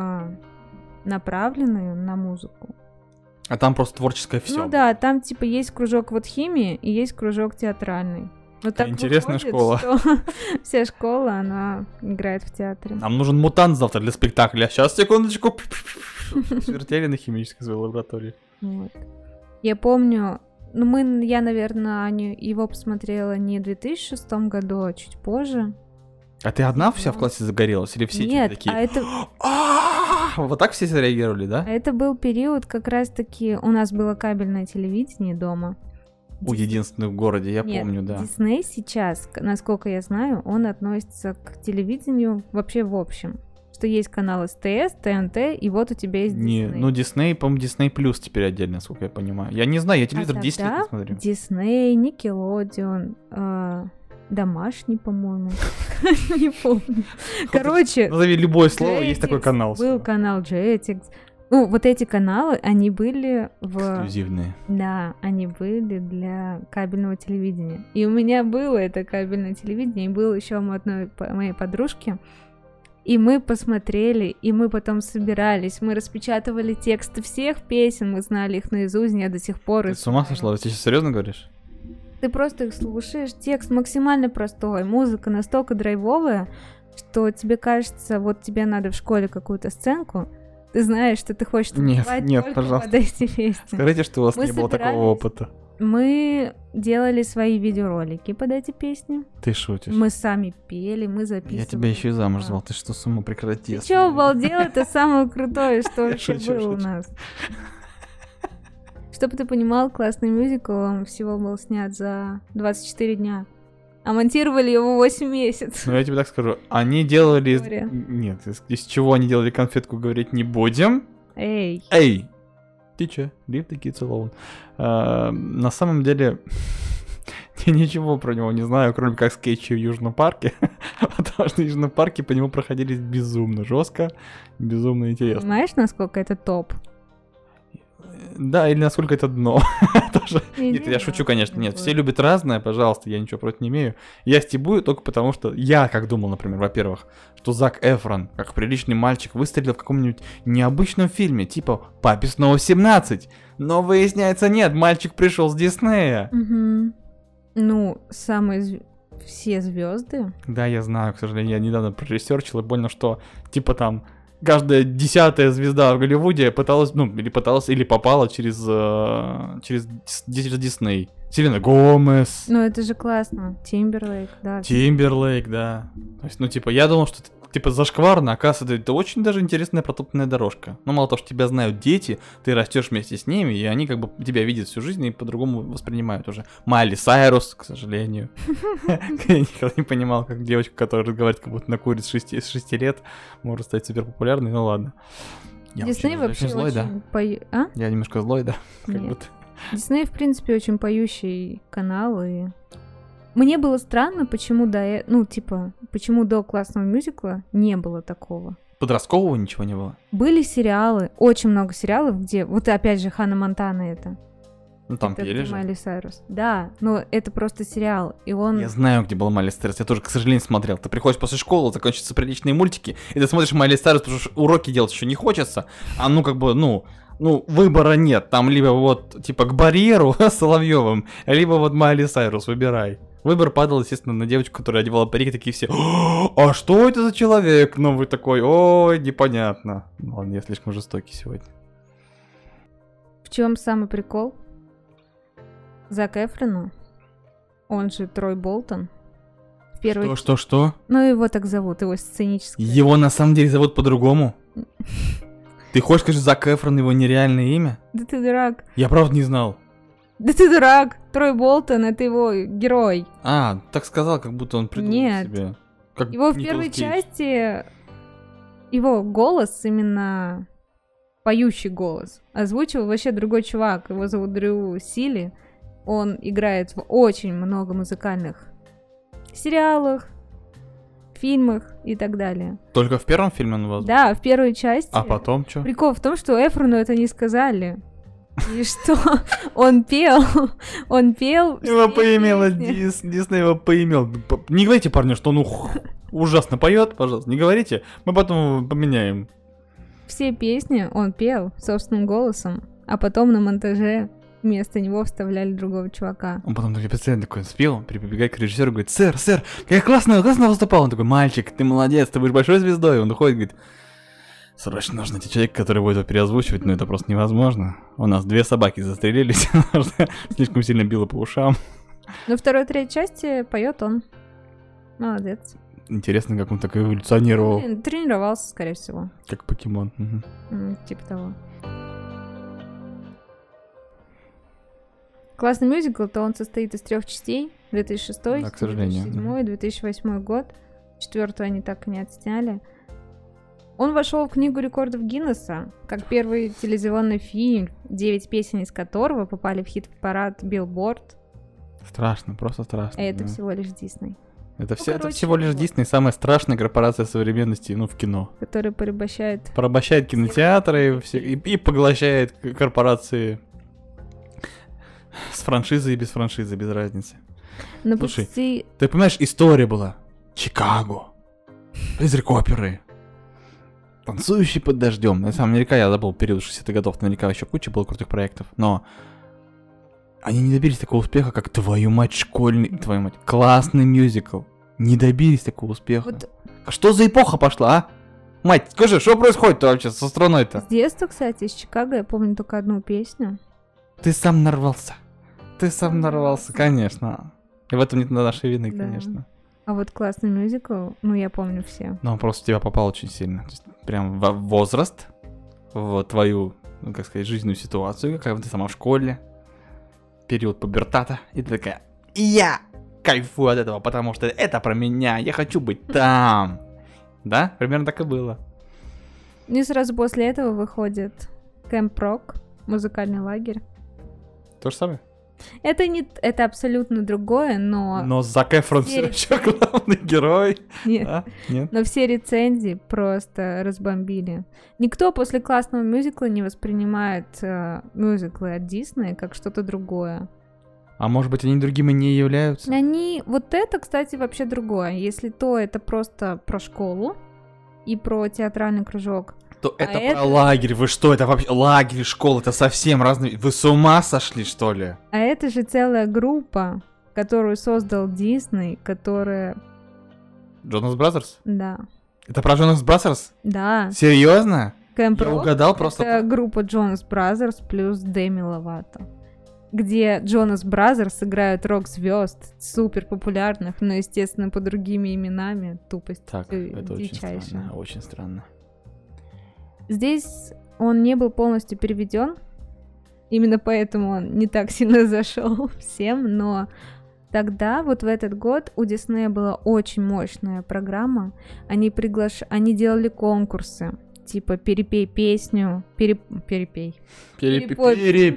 направленную на музыку. А там просто творческое все. Ну да, там типа есть кружок вот химии и есть кружок театральный. Вот так Интересная выходит, школа. что вся школа, она играет в театре. Нам нужен мутант завтра для спектакля. Сейчас, секундочку. Свертели на химической своей лаборатории. Вот. Я помню, я, наверное, его посмотрела не в 2006 году, а чуть позже. А ты одна вся в классе загорелась? Или все Нет, такие? а это... Вот так все среагировали, да? А это был период, как раз-таки у нас было кабельное телевидение дома. Единственный в городе, я Нет, помню, да. Дисней сейчас, насколько я знаю, он относится к телевидению вообще в общем. Что есть канал СТС, ТНТ, и вот у тебя есть Дисней. Ну, Дисней, по-моему, Дисней Плюс теперь отдельно, насколько я понимаю. Я не знаю, я телевизор 10 лет не смотрю. Дисней, Никелодеон, Домашний, по-моему. Не помню. Короче... Назови любое слово, есть такой канал. Был канал Jetix. Ну, вот эти каналы, они были эксклюзивные. Да, они были для кабельного телевидения. И у меня было это кабельное телевидение, и было еще у одной моей подружки. И мы посмотрели, и мы потом собирались, мы распечатывали тексты всех песен, мы знали их наизусть, я до сих пор... Ты с ума сошла? Ты сейчас серьезно говоришь? Ты просто их слушаешь, текст максимально простой, музыка настолько драйвовая, что тебе кажется, вот тебе надо в школе какую-то сценку, Ты знаешь, что ты хочешь Нет, танцевать нет, только пожалуйста. под эти песни. Скажите, что у вас Мы не было такого собирались. опыта. Мы делали свои видеоролики под эти песни. Ты шутишь. Мы сами пели, мы записывали. Я тебя еще и замуж Да. звал. Ты что, с ума прекрати? Ты чё, обалдел? Это самое крутое, что Я вообще шучу, было у шучу. нас. Чтобы ты понимал, классный мюзикл, он всего был снят за 24 дня. А монтировали его 8 месяцев. Ну, я тебе так скажу. Они делали... История. Нет, из чего они делали конфетку, говорить не будем. Эй, Эй! Ты чё? Leave the kids alone. На самом деле... Я ничего про него не знаю, кроме как скетчи в Южном парке. Потому что в Южном парке по нему проходились безумно жестко, безумно интересно. понимаешь, насколько это топ? Да, или насколько это дно. Тоже. Не Нет, я знаю, шучу, конечно. Нет, такое. все любят разное, пожалуйста, я ничего против не имею. Я стебую только потому, что я как думал, например, во-первых, что Зак Эфрон, как приличный мальчик, выстрелил в каком-нибудь необычном фильме, типа «Папе снова 17». Но выясняется, нет, мальчик пришел с Диснея. Мгм. Ну, все звезды. Да, я знаю, к сожалению, я недавно проресерчил и понял, что типа там каждая 10-я звезда в Голливуде пыталась, ну, или попала через Дисней. Селена Гомес, Ну, это же классно. Тимберлейк, да. Тимберлейк, да. То есть, ну, типа, я думал, что это, типа, зашкварно, оказывается, это очень даже интересная протоптанная дорожка. Ну, мало того, что тебя знают дети, ты растешь вместе с ними, и они как бы тебя видят всю жизнь и по-другому воспринимают уже. Майли Сайрус, к сожалению. Я никогда не понимал, как девочка, которая разговаривает как будто на куре с 6 лет, может стать супер популярной, ну ладно. Я Дисней очень вообще злой, да? очень А? Я немножко злой, да? Как Нет. будто. Дисней, в принципе, очень поющий канал, и мне было странно, почему почему до классного мюзикла не было такого. Подросткового ничего не было. Были сериалы, очень много сериалов, где, вот опять же, Ханна Монтана это. Ну, там Это пели где же. Майли Сайрус. Да, но это просто сериал, и он... Я знаю, где был Майли Сайрус, я тоже, к сожалению, смотрел. Ты приходишь после школы, закончатся приличные мультики, и ты смотришь Майли Сайрус, потому что уроки делать еще не хочется, а выбора нет. Там либо вот, типа, к барьеру с Соловьевым, либо вот Майли Сайрус, выбирай. Выбор падал, естественно, на девочку, которая одевала парик, такие все: а что это за человек? Ну, вы такой: ой, непонятно. Ну, ладно, я слишком жестокий сегодня. В чем самый прикол? Зак Эфрону, он же Трой Болтон, в первой... Что? Ну, его так зовут, его сценическое. Его на самом деле зовут по-другому? Ты хочешь сказать, Зак Эфрон его нереальное имя? Да ты дурак. Я правда не знал. Да ты дурак. Трой Болтон — это его герой. А, так сказал, как будто он придумал Нет. себе. Как Его в Николас первой Кейдж. части, его голос, именно поющий голос, озвучил вообще другой чувак. Его зовут Дрю Сили. Он играет в очень много музыкальных сериалах, фильмах и так далее. Только в первом фильме он вас? Да, в первой части. А потом что? Прикол в том, что Эфрону это не сказали. И что он пел. Его все поимела песни. Дисней его поимел. Не говорите, парню, что он ужасно поет, пожалуйста. Не говорите, мы потом поменяем. Все песни он пел собственным голосом, а потом на монтаже вместо него вставляли другого чувака. Он потом такой постоянно такой спел, прибегает к режиссеру и говорит: сэр, как классно выступал. Он такой: мальчик, ты молодец, ты будешь большой звездой. Он уходит и говорит: срочно нужен найти человек, который будет его переозвучивать, но это просто невозможно. У нас 2 собаки застрелились, слишком сильно било по ушам. Но второй, третьей части поет он. Молодец. Интересно, как он так эволюционировал, Тренировался, скорее всего. как покемон. Мгм. Типа того. Классный мюзикл-то он состоит из 3 частей. 2006, Да, к сожалению. 2007, 2008 год. 4-ю они так и не отсняли. Он вошел в книгу рекордов Гиннесса как первый телевизионный фильм, 9 песен из которого попали в хит-парад Billboard. Страшно, просто страшно. А это да. всего лишь Дисней, Это короче, всего лишь вот. Дисней, самая страшная корпорация современности, в кино. который порабощает. Порабощает кинотеатры и поглощает корпорации с франшизой и без франшизы, без разницы. Но Слушай, почти... Ты понимаешь, история была. Чикаго. Призрак оперы. Танцующий под дождем. На самом деле, я забыл период 60-х годов, наверняка еще куча было крутых проектов, но они не добились такого успеха, как твою мать, классный мюзикл. Не добились такого успеха. Вот А что за эпоха пошла, а? Мать, скажи, что происходит-то вообще со страной-то? С детства, кстати, из Чикаго я помню только одну песню. Ты сам нарвался. Ты сам нарвался, конечно. И в этом нет нашей вины, Да. конечно. А вот классный мюзикл, ну, я помню все. Но он просто в тебя попал очень сильно. То есть прям в возраст, в твою, ну, как сказать, жизненную ситуацию, когда ты сама в школе, период пубертата, и ты такая, я кайфую от этого, потому что это про меня, я хочу быть там. Да? Примерно так и было. И сразу после этого выходит Camp Rock, музыкальный лагерь. То же самое? Это абсолютно другое, Но Зак Эфрон все Все еще главный герой. Нет. Да? Нет? Но все рецензии просто разбомбили. Никто после классного мюзикла не воспринимает мюзиклы от Диснея как что-то другое. А может быть, они другими не являются? Вот это, кстати, вообще другое. Если то, это просто про школу и про театральный кружок. То это про это- лагерь. Вы что, это вообще лагерь, школа, это совсем разные. Вы с ума сошли, что ли? А это же целая группа, которую создал Дисней, которая... Джонас Бразерс? Да. Это про Джонас Бразерс? Да. Серьезно? Camp Я Rock угадал просто. это группа Jonas Brothers плюс Деми Ловато, где Jonas Brothers играют рок-звезд, супер популярных, но, естественно, под другими именами. Тупость Так, это очень дичайшая. странно, очень странно. Здесь он не был полностью переведен, именно поэтому он не так сильно зашел всем, но тогда, вот в этот год, у Диснея была очень мощная программа. Они делали конкурсы, типа «Перепей песню», «Перепей». Перепой.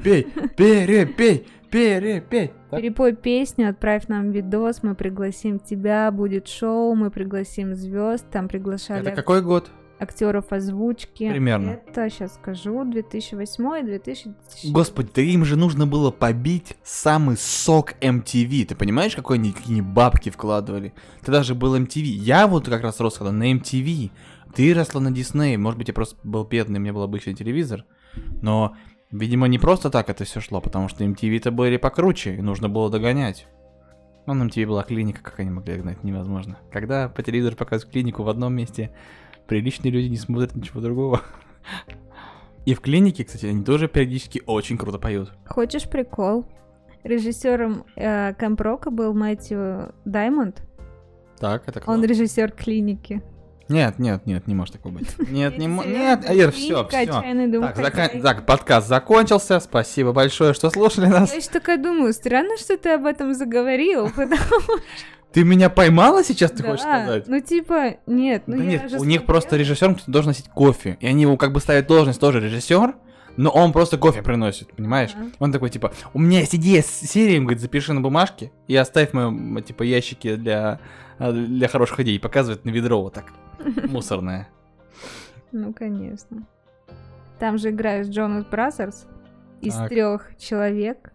Перепей. Так? Перепой песню, отправь нам видос, мы пригласим тебя, будет шоу, мы пригласим звезд, там приглашали Это какой год? актеров озвучки. Примерно. Это, сейчас скажу, 2008-2010. Господи, да им же нужно было побить самый сок MTV. Ты понимаешь, какие бабки вкладывали? Тогда же был MTV. Я вот как раз рос когда на MTV. Ты росла на Disney. Может быть, я просто был бедный, у меня был обычный телевизор. Но, видимо, не просто так это все шло, потому что MTV-то были покруче, и нужно было догонять. Ну, на MTV была клиника, как они могли догнать, невозможно. Когда по телевизору показывают клинику в одном месте, приличные люди не смотрят ничего другого. И в клинике, кстати, они тоже периодически очень круто поют. Хочешь прикол? Режиссером Camp Rock был Мэтью Даймонд. Так, это кто? Он режиссер клиники. Нет, не может такого быть. Нет, Серьезно? нет, Ир, все, Клиника, отчаянный домохозяйка. Так, подкаст закончился. Спасибо большое, что слушали нас. Я еще такая думаю, странно, что ты об этом заговорил, потому Ты меня поймала сейчас, ты Да, хочешь сказать? ну типа, нет, ну Да я нет, же у них смотрела. просто режиссер должен носить кофе. И они его как бы ставят должность тоже режиссер, но он просто кофе приносит, понимаешь? Ага. Он такой, типа, у меня есть идея с серией, он говорит, запиши на бумажке и оставь в моем, типа, ящике для хороших идей. И показывает на ведро вот так, мусорное. Ну, конечно. Там же играют Джонас Бразерс из Так. 3 человек.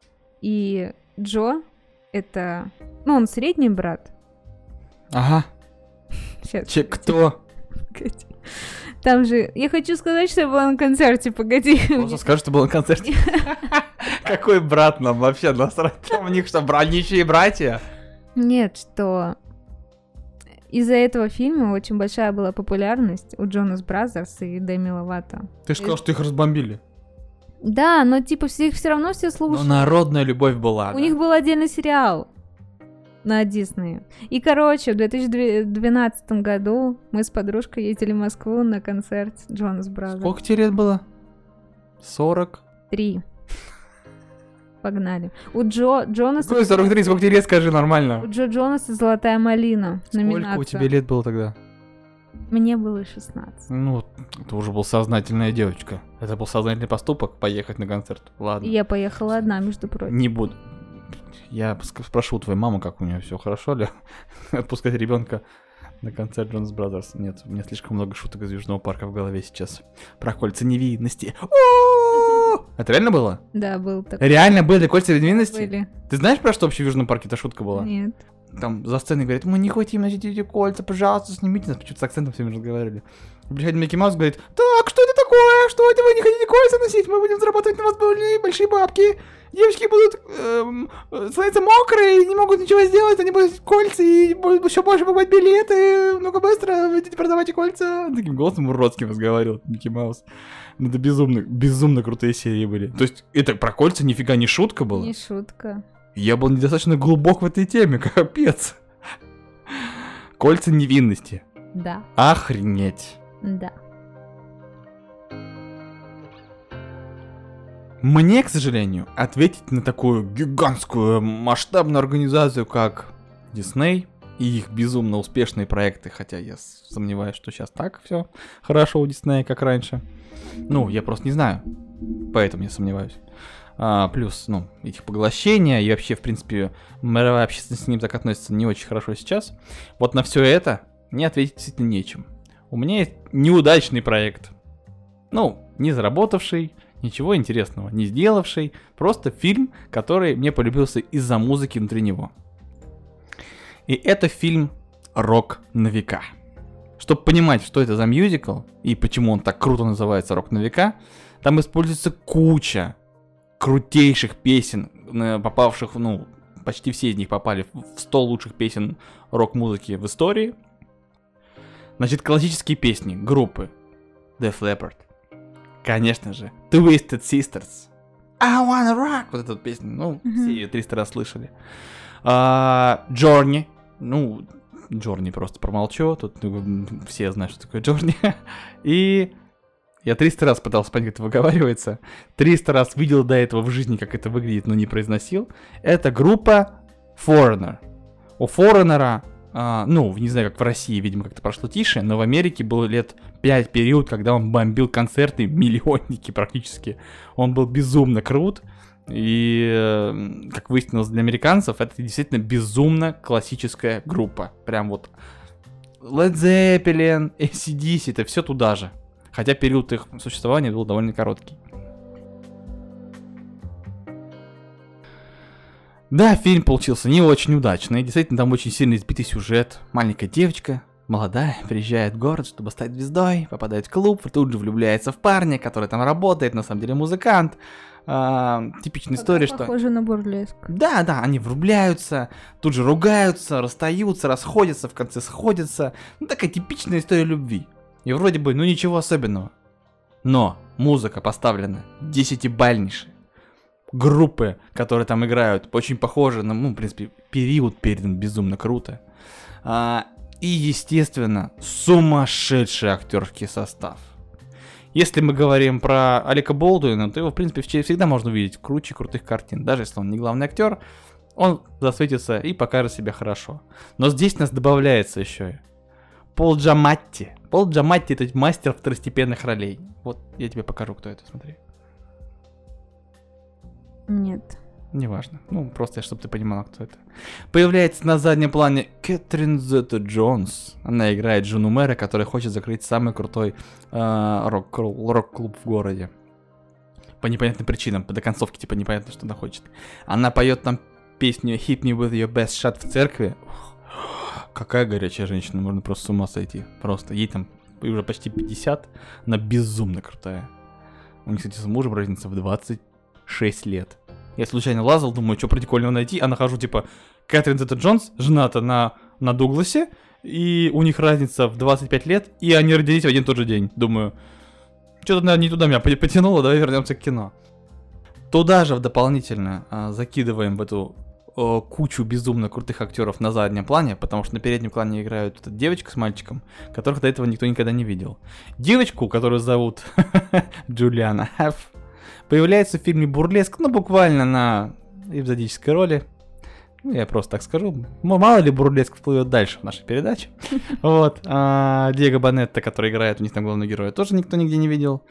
И Джо это... Ну, он средний брат. Ага. Сейчас. Кто? Погоди. Там же... Я хочу сказать, что я была на концерте, погоди. Просто скажи, что был на концерте. Какой брат нам вообще насрать? Там у них что, ничьи братья? Нет, что... Из-за этого фильма очень большая была популярность у Джонас Бразерс и Деми Ловато. Ты же сказал, что их разбомбили. Да, но типа их все равно все Но слушают. народная любовь была. У да. них был отдельный сериал на Диснее. И, короче, в 2012 году мы с подружкой ездили в Москву на концерт Джонас Бразерс. Сколько тебе лет было? 40? 3. Погнали. У Джонаса... Какой 43? Сколько тебе лет, скажи У нормально. Джо Джонаса «Золотая малина». Сколько Номинация. у тебя лет было тогда? Мне было 16. Ну, это уже была сознательная девочка. Это был сознательный поступок, поехать на концерт. Ладно. И я поехала одна, между прочим. Не буду. Я спрошу у твоей мамы, как у нее все хорошо ли. Отпускать ребенка на концерт Джонас Бразерс. Нет, у меня слишком много шуток из Южного парка в голове сейчас. Про кольца невидности. О! Это реально было? Да, был такой. Реально были кольца невидности? Были. Ты знаешь, про что вообще в Южном парке эта шутка была? Нет. Там за сценой говорят, мы не хотим носить эти кольца, пожалуйста, снимите нас. Почему-то с акцентом всеми разговаривали. Приходит Микки Маус, говорит, так, что это такое? Что это вы не хотите кольца носить? Мы будем зарабатывать на вас большие бабки. Девочки будут становиться мокрые, не могут ничего сделать, они будут кольца и будут еще больше покупать билеты. Ну-ка быстро, идите продавайте кольца. Таким голосом уродским разговаривал Микки Маус. Это безумно крутые серии были. То есть это про кольца нифига не шутка была? Не шутка. Я был недостаточно глубок в этой теме, капец. Кольца невинности. Да. Охренеть. Да. Мне, к сожалению, ответить на такую гигантскую масштабную организацию, как Disney и их безумно успешные проекты, хотя я сомневаюсь, что сейчас так все хорошо у Disney, как раньше. Ну, я просто не знаю, поэтому я сомневаюсь. Плюс, их поглощения и вообще, в принципе, мировая общественность к ним так относится не очень хорошо сейчас. Вот на все это мне ответить действительно нечем. У меня есть неудачный проект. Не заработавший, ничего интересного не сделавший, просто фильм, который мне полюбился из-за музыки внутри него. И это фильм «Рок на века». Чтобы понимать, что это за мюзикл и почему он так круто называется «Рок на века», там используется куча крутейших песен, попавших, почти все из них попали в 100 лучших песен рок-музыки в истории. Значит, классические песни группы Def Leppard. Конечно же, Twisted Sisters. I wanna rock. Вот эту песню, все ее 300 раз слышали. Journey. Journey просто промолчу. Тут все знают, что такое Journey. И я 300 раз пытался понять, как это выговаривается. 300 раз видел до этого в жизни, как это выглядит, но не произносил. Это группа Foreigner. У Foreigner, не знаю, как в России, видимо, как-то прошло тише, но в Америке был лет 5 период, когда он бомбил концерты, миллионники практически. Он был безумно крут. И, как выяснилось для американцев, это действительно безумно классическая группа. Прям вот Led Zeppelin, AC/DC, это все туда же. Хотя период их существования был довольно короткий. Да, фильм получился не очень удачный. Действительно, там очень сильно избитый сюжет. Маленькая девочка, молодая, приезжает в город, чтобы стать звездой, попадает в клуб, тут же влюбляется в парня, который там работает, на самом деле музыкант. Типичная история, что... Похоже на бурлеск. Да, они влюбляются, тут же ругаются, расстаются, расходятся, в конце сходятся. Такая типичная история любви. И вроде бы, ничего особенного. Но музыка поставлена 10-бальнейшая. Группы, которые там играют, очень похожи на, в принципе, период передан безумно круто. И, естественно, сумасшедший актерский состав. Если мы говорим про Алека Болдуина, то его, в принципе, всегда можно увидеть в куче крутых картин. Даже если он не главный актер, он засветится и покажет себя хорошо. Но здесь нас добавляется еще и Пол Джаматти. Пол Джаматти — это мастер второстепенных ролей. Вот, я тебе покажу, кто это, смотри. Нет. Неважно. Просто чтобы ты понимала, кто это. Появляется на заднем плане Кэтрин Зета-Джонс. Она играет жену мэра, который хочет закрыть самый крутой рок-клуб в городе. По непонятным причинам. До концовки, непонятно, что она хочет. Она поет там песню Hit Me With Your Best Shot в церкви. Какая горячая женщина, можно просто с ума сойти. Просто ей там уже почти 50. Она безумно крутая. У них, кстати, с мужем разница в 26 лет. Я случайно лазал, думаю, что прикольного найти, а нахожу, Кэтрин Зета-Джонс жената на Дугласе, и у них разница в 25 лет, и они родились в один и тот же день. Думаю, что-то, наверное, не туда меня потянуло, давай вернемся к кино. Туда же дополнительно закидываем в эту кучу безумно крутых актеров на заднем плане, потому что на переднем плане играют девочка с мальчиком, которых до этого никто никогда не видел. Девочку, которую зовут Джулиана Хэфф, появляется в фильме «Бурлеск», буквально на эпизодической роли. Я просто так скажу. Мало ли «Бурлеск» всплывет дальше в нашей передаче. Вот. Диего Бонетто, который играет у них там главного героя, тоже никто нигде не видел.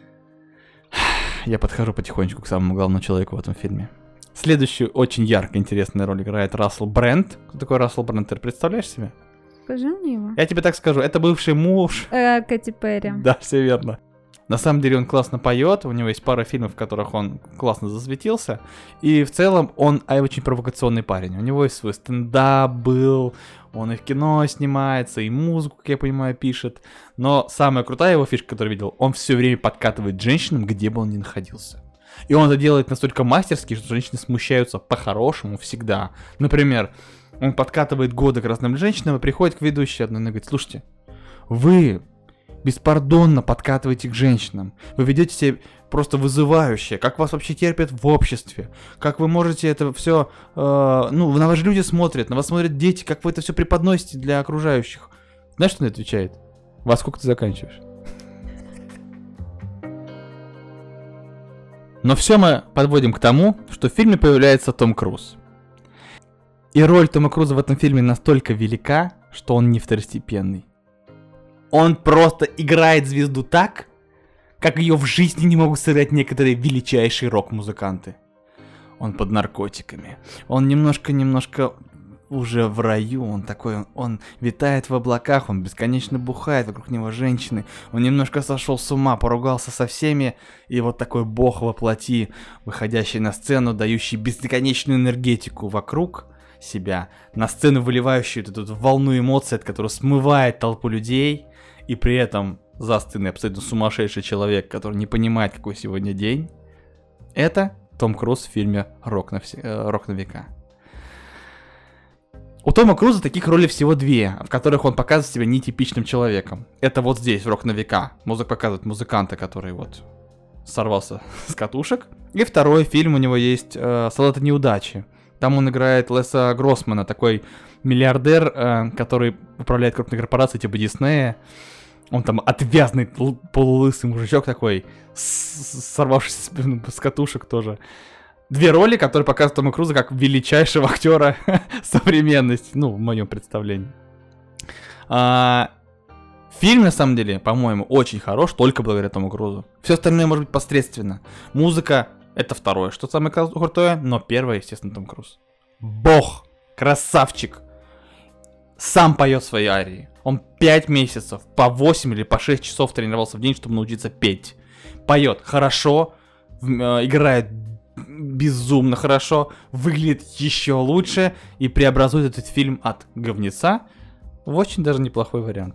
Я подхожу потихонечку к самому главному человеку в этом фильме. Следующую очень ярко интересную роль играет Рассел Брэнд. Кто такой Рассел Брэнд, ты представляешь себе? Скажи мне его. Я тебе так скажу, это бывший муж... Кэти Перри. Да, все верно. На самом деле он классно поет, у него есть пара фильмов, в которых он классно засветился, и в целом он очень провокационный парень. У него есть свой стендап был, он и в кино снимается, и музыку, как я понимаю, пишет. Но самая крутая его фишка, которую я видел, он все время подкатывает женщинам, где бы он ни находился. И он это делает настолько мастерски, что женщины смущаются по-хорошему всегда. Например, он подкатывает годы к разным женщинам и приходит к ведущей одной и говорит: слушайте, вы беспардонно подкатываете к женщинам. Вы ведете себя просто вызывающе. Как вас вообще терпят в обществе? Как вы можете это все... на вас же люди смотрят, на вас смотрят дети. Как вы это все преподносите для окружающих? Знаешь, что он отвечает? Во сколько ты заканчиваешь? Но все мы подводим к тому, что в фильме появляется Том Круз. И роль Тома Круза в этом фильме настолько велика, что он не второстепенный. Он просто играет звезду так, как ее в жизни не могут сыграть некоторые величайшие рок-музыканты. Он под наркотиками. Он немножко уже в раю. Он такой, он витает в облаках, он бесконечно бухает, вокруг него женщины. Он немножко сошел с ума, поругался со всеми. И вот такой бог во плоти, выходящий на сцену, дающий бесконечную энергетику вокруг себя. На сцену выливающий эту волну эмоций, от которой смывает толпу людей. И при этом за сценой абсолютно сумасшедший человек, который не понимает, какой сегодня день. Это Том Круз в фильме «Рок на века». У Тома Круза таких ролей всего две, в которых он показывает себя нетипичным человеком. Это вот здесь, в «Рок на века». Показывает музыканта, который вот сорвался с катушек. И второй фильм у него есть «Солдаты неудачи». Там он играет Леса Гроссмана, такой миллиардер, который управляет крупной корпорацией типа Диснея. Он там отвязный, полулысый мужичок такой, сорвавшийся с катушек тоже. Две роли, которые показывают Тома Круза как величайшего актера современности, в моем представлении. Фильм, на самом деле, по-моему, очень хорош, только благодаря Тому Крузу. Все остальное может быть посредственно. Музыка — это второе, что самое крутое, но первое, естественно, Том Круз. Бог! Красавчик! Сам поет свои арии. Он 5 месяцев, по 8 или по 6 часов тренировался в день, чтобы научиться петь. Поет хорошо, играет безумно хорошо, выглядит еще лучше и преобразует этот фильм от говнеца в очень даже неплохой вариант.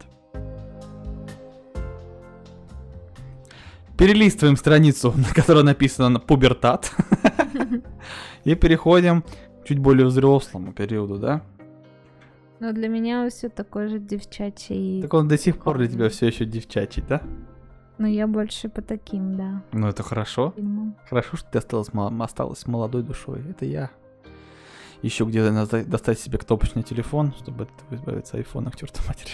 Перелистываем страницу, на которой написано «Пубертат», и переходим к чуть более взрослому периоду, да? Но для меня все такой же девчачий. Так он до сих пор для тебя все еще девчачий, да? Но я больше по таким, да. Ну это хорошо. Фильмам. Хорошо, что ты осталась молодой душой. Это я. Еще где-то надо достать себе кнопочный телефон, чтобы избавиться от айфона к черту матери.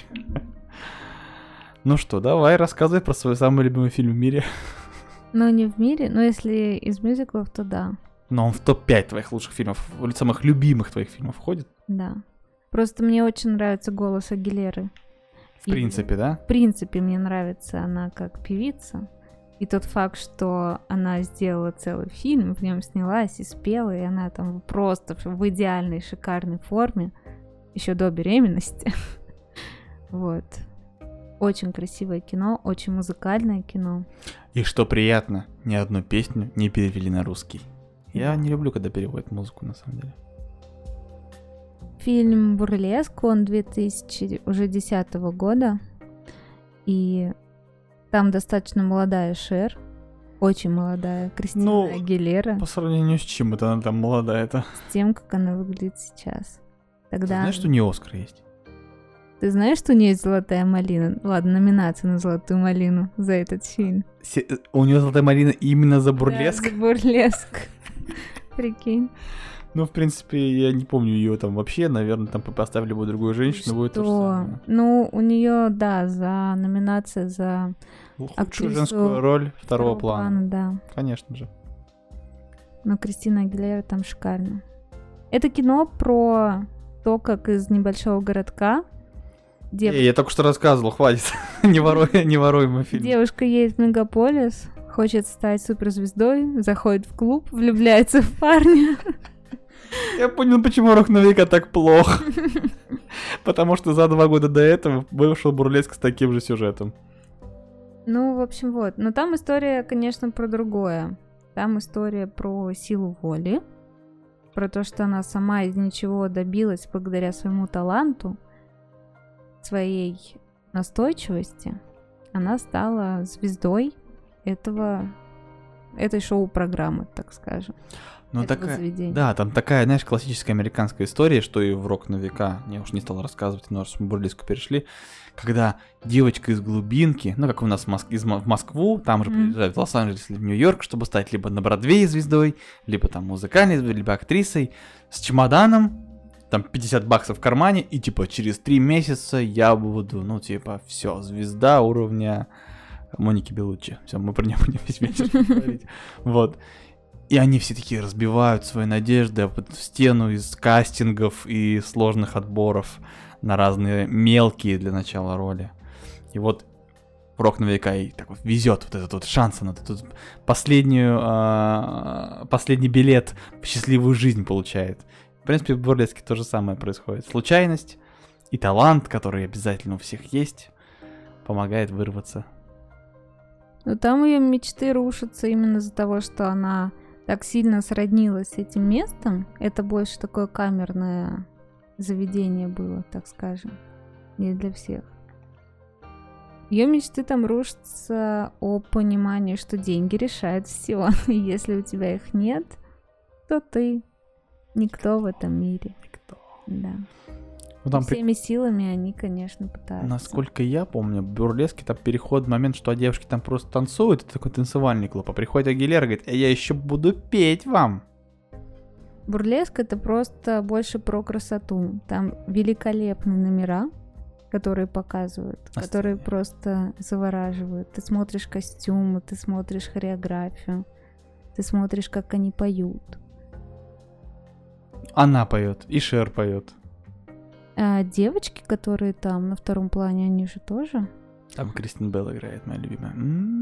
Ну что, давай рассказывай про свой самый любимый фильм в мире. Ну не в мире, но если из мюзиклов, то да. Но он в топ-5 твоих лучших фильмов, самых любимых твоих фильмов входит? Да. Просто мне очень нравится голос Агилеры. В принципе, да? В принципе, мне нравится она как певица. И тот факт, что она сделала целый фильм, в нем снялась и спела, и она там просто в идеальной, шикарной форме, еще до беременности. Вот. Очень красивое кино, очень музыкальное кино. И что приятно, ни одну песню не перевели на русский. Я не люблю, когда переводят музыку, на самом деле. Фильм «Бурлеск», он 2010 года, и там достаточно молодая Шер, очень молодая Кристина Агилера. По сравнению с чем это она там молодая-то? С тем, как она выглядит сейчас. Тогда... Ты знаешь, что у нее Оскар есть? Ты знаешь, что у нее есть «Золотая малина»? Ладно, номинация на «Золотую малину» за этот фильм. У нее «Золотая малина» именно за «Бурлеск»? Да, за «Бурлеск». Прикинь. Ну, в принципе, я не помню ее там вообще. Наверное, там поставили бы другую женщину, будет то же самое. Ну, у нее, да, за номинация за лучшую женскую роль второго плана. Да. Конечно же. Но Кристина Агилера там шикарно. Это кино про то, как из небольшого городка я только что рассказывал, хватит. Не воруй мой фильм. Девушка едет в мегаполис, хочет стать суперзвездой, заходит в клуб, влюбляется в парня. Я понял, почему «Рок на века» так плохо. Потому что за 2 года до этого вышел «Бурлеск» с таким же сюжетом. Ну, в общем, вот. Но там история, конечно, про другое. Там история про силу воли, про то, что она сама из ничего добилась благодаря своему таланту, своей настойчивости. Она стала звездой этой шоу-программы, так скажем. Ну, этого заведения. Да, там такая, знаешь, классическая американская история, что и в «Рок на века», я уж не стал рассказывать, но раз мы в бурлеску перешли, когда девочка из глубинки, ну, как у нас в Москву, там же приезжают в Лос-Анджелес или в Нью-Йорк, чтобы стать либо на Бродвее звездой, либо там музыкальной звездой, либо актрисой, с чемоданом, там $50 в кармане, и типа через 3 месяца я буду, ну, типа, все, звезда уровня Моники Беллуччи. Все, мы про нее будем весь вечер говорить. Вот. И они все такие разбивают свои надежды в стену из кастингов и сложных отборов на разные мелкие для начала роли. И вот «Рок на века» и так вот везет вот этот вот шанс на этот последний билет в счастливую жизнь получает. В принципе, в бурлеске то же самое происходит. Случайность и талант, который обязательно у всех есть, помогает вырваться. Но там ее мечты рушатся именно из-за того, что она так сильно сроднилась с этим местом. Это больше такое камерное заведение было, так скажем, не для всех. Ее мечты там рушатся о понимании, что деньги решают все. И если у тебя их нет, то ты никто в этом мире. Никто. Да. Ну, там всеми силами они, конечно, пытаются. Насколько я помню, в бурлеске там переход, момент, что девушки там просто танцуют, это такой танцевальный клуб, а приходит Агилера и говорит, я еще буду петь вам. Бурлеск — это просто больше про красоту. Там великолепные номера, которые показывают, которые просто завораживают. Ты смотришь костюмы, ты смотришь хореографию, ты смотришь, как они поют. Она поет, и Шер поет. А девочки, которые там на втором плане, они же тоже? Там Кристин Белл играет, моя любимая.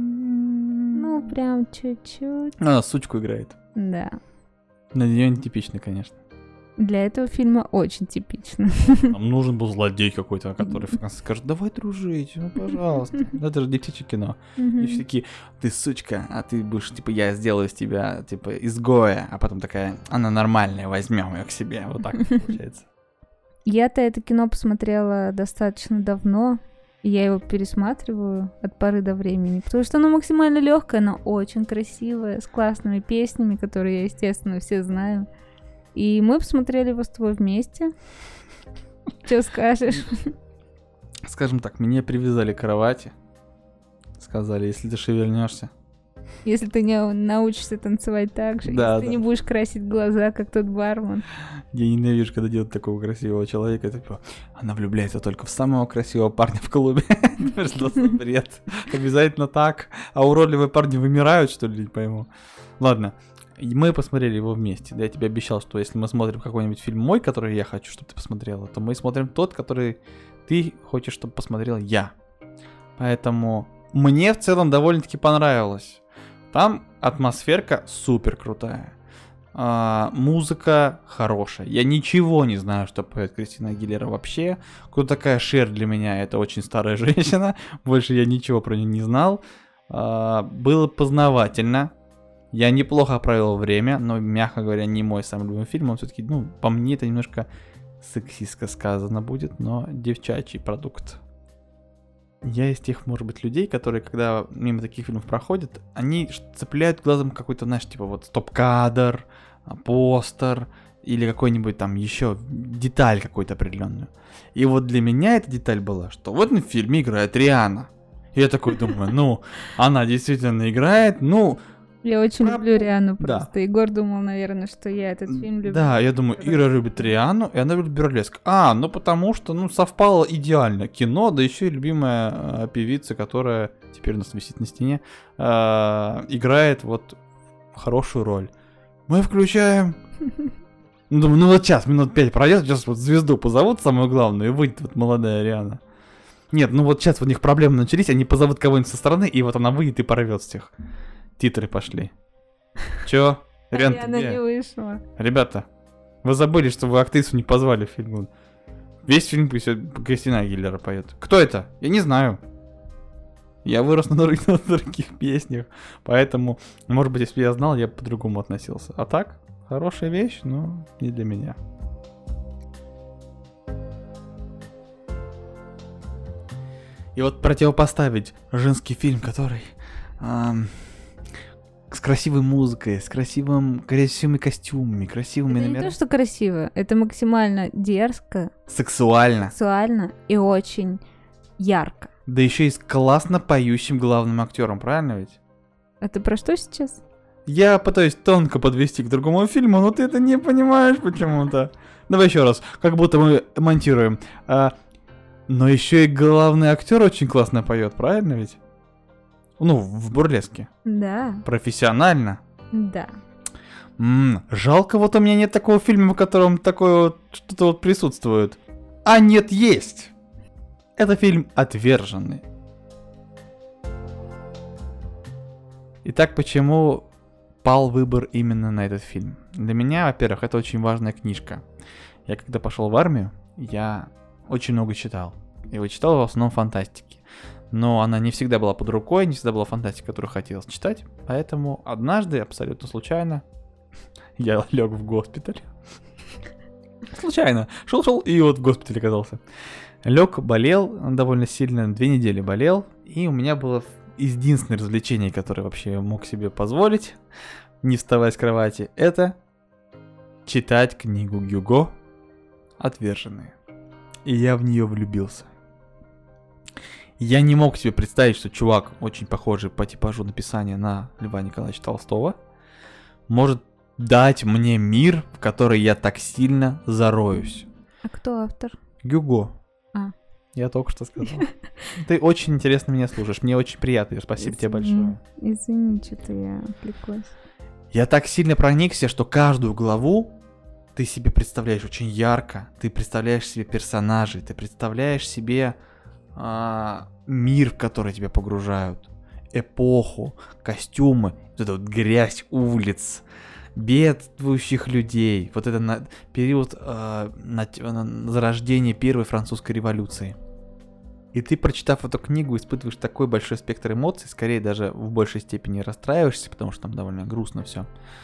Ну, прям чуть-чуть. Она сучку играет. Да. На нее нетипично, конечно. Для этого фильма очень типично. Нам нужен был злодей какой-то, который в конце скажет, давай дружить, ну пожалуйста. Это же девчачье кино. И все такие, ты сучка, а ты будешь, типа, я сделаю из тебя, типа, изгоя. А потом такая, она нормальная, возьмем ее к себе. Вот так получается. Я-то это кино посмотрела достаточно давно, и я его пересматриваю от поры до времени, потому что оно максимально легкое, но очень красивое, с классными песнями, которые я, естественно, все знаю. И мы посмотрели его с тобой вместе. Что скажешь? Скажем так, меня привязали к кровати. Сказали, если ты шевельнешься. Если ты не научишься танцевать так же, да, если ты не будешь красить глаза, как тот бармен. Я ненавижу, когда делают такого красивого человека. Типа, она влюбляется только в самого красивого парня в клубе. Что за бред? Обязательно так. А уродливые парни вымирают, что ли, не пойму. Ладно, мы посмотрели его вместе. Я тебе обещал, что если мы смотрим какой-нибудь фильм мой, который я хочу, чтобы ты посмотрела, то мы смотрим тот, который ты хочешь, чтобы посмотрел я. Поэтому мне в целом довольно-таки понравилось. Там атмосферка супер крутая. Музыка хорошая. Я ничего не знаю, что поет Кристина Агилера вообще. Кто такая Шер для меня? Это очень старая женщина. Больше я ничего про нее не знал. Было познавательно. Я неплохо провел время, но, мягко говоря, не мой самый любимый фильм. Он все-таки, ну, по мне это немножко сексистко сказано будет, но девчачий продукт. Я из тех, может быть, людей, которые, когда мимо таких фильмов проходят, они цепляют глазом какой-то, знаешь, типа вот стоп-кадр, постер или какой-нибудь там еще деталь какую-то определенную. И вот для меня эта деталь была, что в этом фильме играет Риhanna. И я такой думаю, ну, она действительно играет, ну... Я очень люблю Риану просто. Да. Егор думал, наверное, что я этот фильм люблю. Да, я думаю, Ира любит Риану, и она любит бурлеск. Ну потому что, ну, совпало идеально. Кино, да еще и любимая певица, которая теперь у нас висит на стене, играет вот хорошую роль. Мы включаем... Думаю, ну вот сейчас, минут 5 пройдет, сейчас вот звезду позовут, самую главную, и выйдет вот молодая Риана. Нет, ну вот сейчас у них проблемы начались, они позовут кого-нибудь со стороны, и вот она выйдет и порвет всех. Титры пошли. Чё? Риан, она не вышла. Ребята, вы забыли, что вы актрису не позвали в фильм. Весь фильм Кристина Агилера поет. Кто это? Я не знаю. Я вырос на других песнях, поэтому, может быть, если бы я знал, я бы по-другому относился. А так, хорошая вещь, но не для меня. И вот противопоставить женский фильм, который с красивой музыкой, с красивыми костюмами, красивыми Это номерами. не то, что красиво, это максимально дерзко, Сексуально. сексуально и очень ярко. Да еще и с классно поющим главным актером, правильно ведь? Это про что сейчас? Я пытаюсь тонко подвести к другому фильму, но ты это не понимаешь почему-то. Давай еще раз, как будто мы монтируем. Но еще и главный актер очень классно поет, правильно ведь? Ну, в бурлеске. Да, Профессионально. да. Жалко, вот у меня нет такого фильма, в котором такое вот что-то вот присутствует. А нет, есть! Это фильм «Отверженный». Итак, почему пал выбор именно на этот фильм? Для меня, во-первых, это очень важная книжка. Я когда пошел в армию, я очень много читал. Я читал в основном фантастики. Но она не всегда была под рукой, не всегда была фантастика, которую хотелось читать. Поэтому однажды, абсолютно случайно, я лег в госпиталь. Случайно. Шел и вот в госпитале оказался. Лег, болел довольно сильно, 2 недели болел. И у меня было единственное развлечение, которое вообще мог себе позволить, не вставая с кровати, это читать книгу Гюго «Отверженные». И я в нее влюбился. Я не мог себе представить, что чувак, очень похожий по типажу написания на Льва Николаевича Толстого, может дать мне мир, в который я так сильно зароюсь. А кто автор? Гюго. А. Я только что сказал. Ты очень интересно меня слушаешь. Мне очень приятно. Спасибо тебе большое. Извини, что-то я отвлеклась. Я так сильно проникся, что каждую главу ты себе представляешь очень ярко. Ты представляешь себе персонажей. Ты представляешь себе мир, в который тебя погружают. Эпоху, костюмы, вот эта вот грязь улиц, бедствующих людей. Вот это период зарождения Первой французской революции. И ты, прочитав эту книгу, испытываешь такой большой спектр эмоций, скорее даже в большей степени расстраиваешься, потому что там довольно грустно все.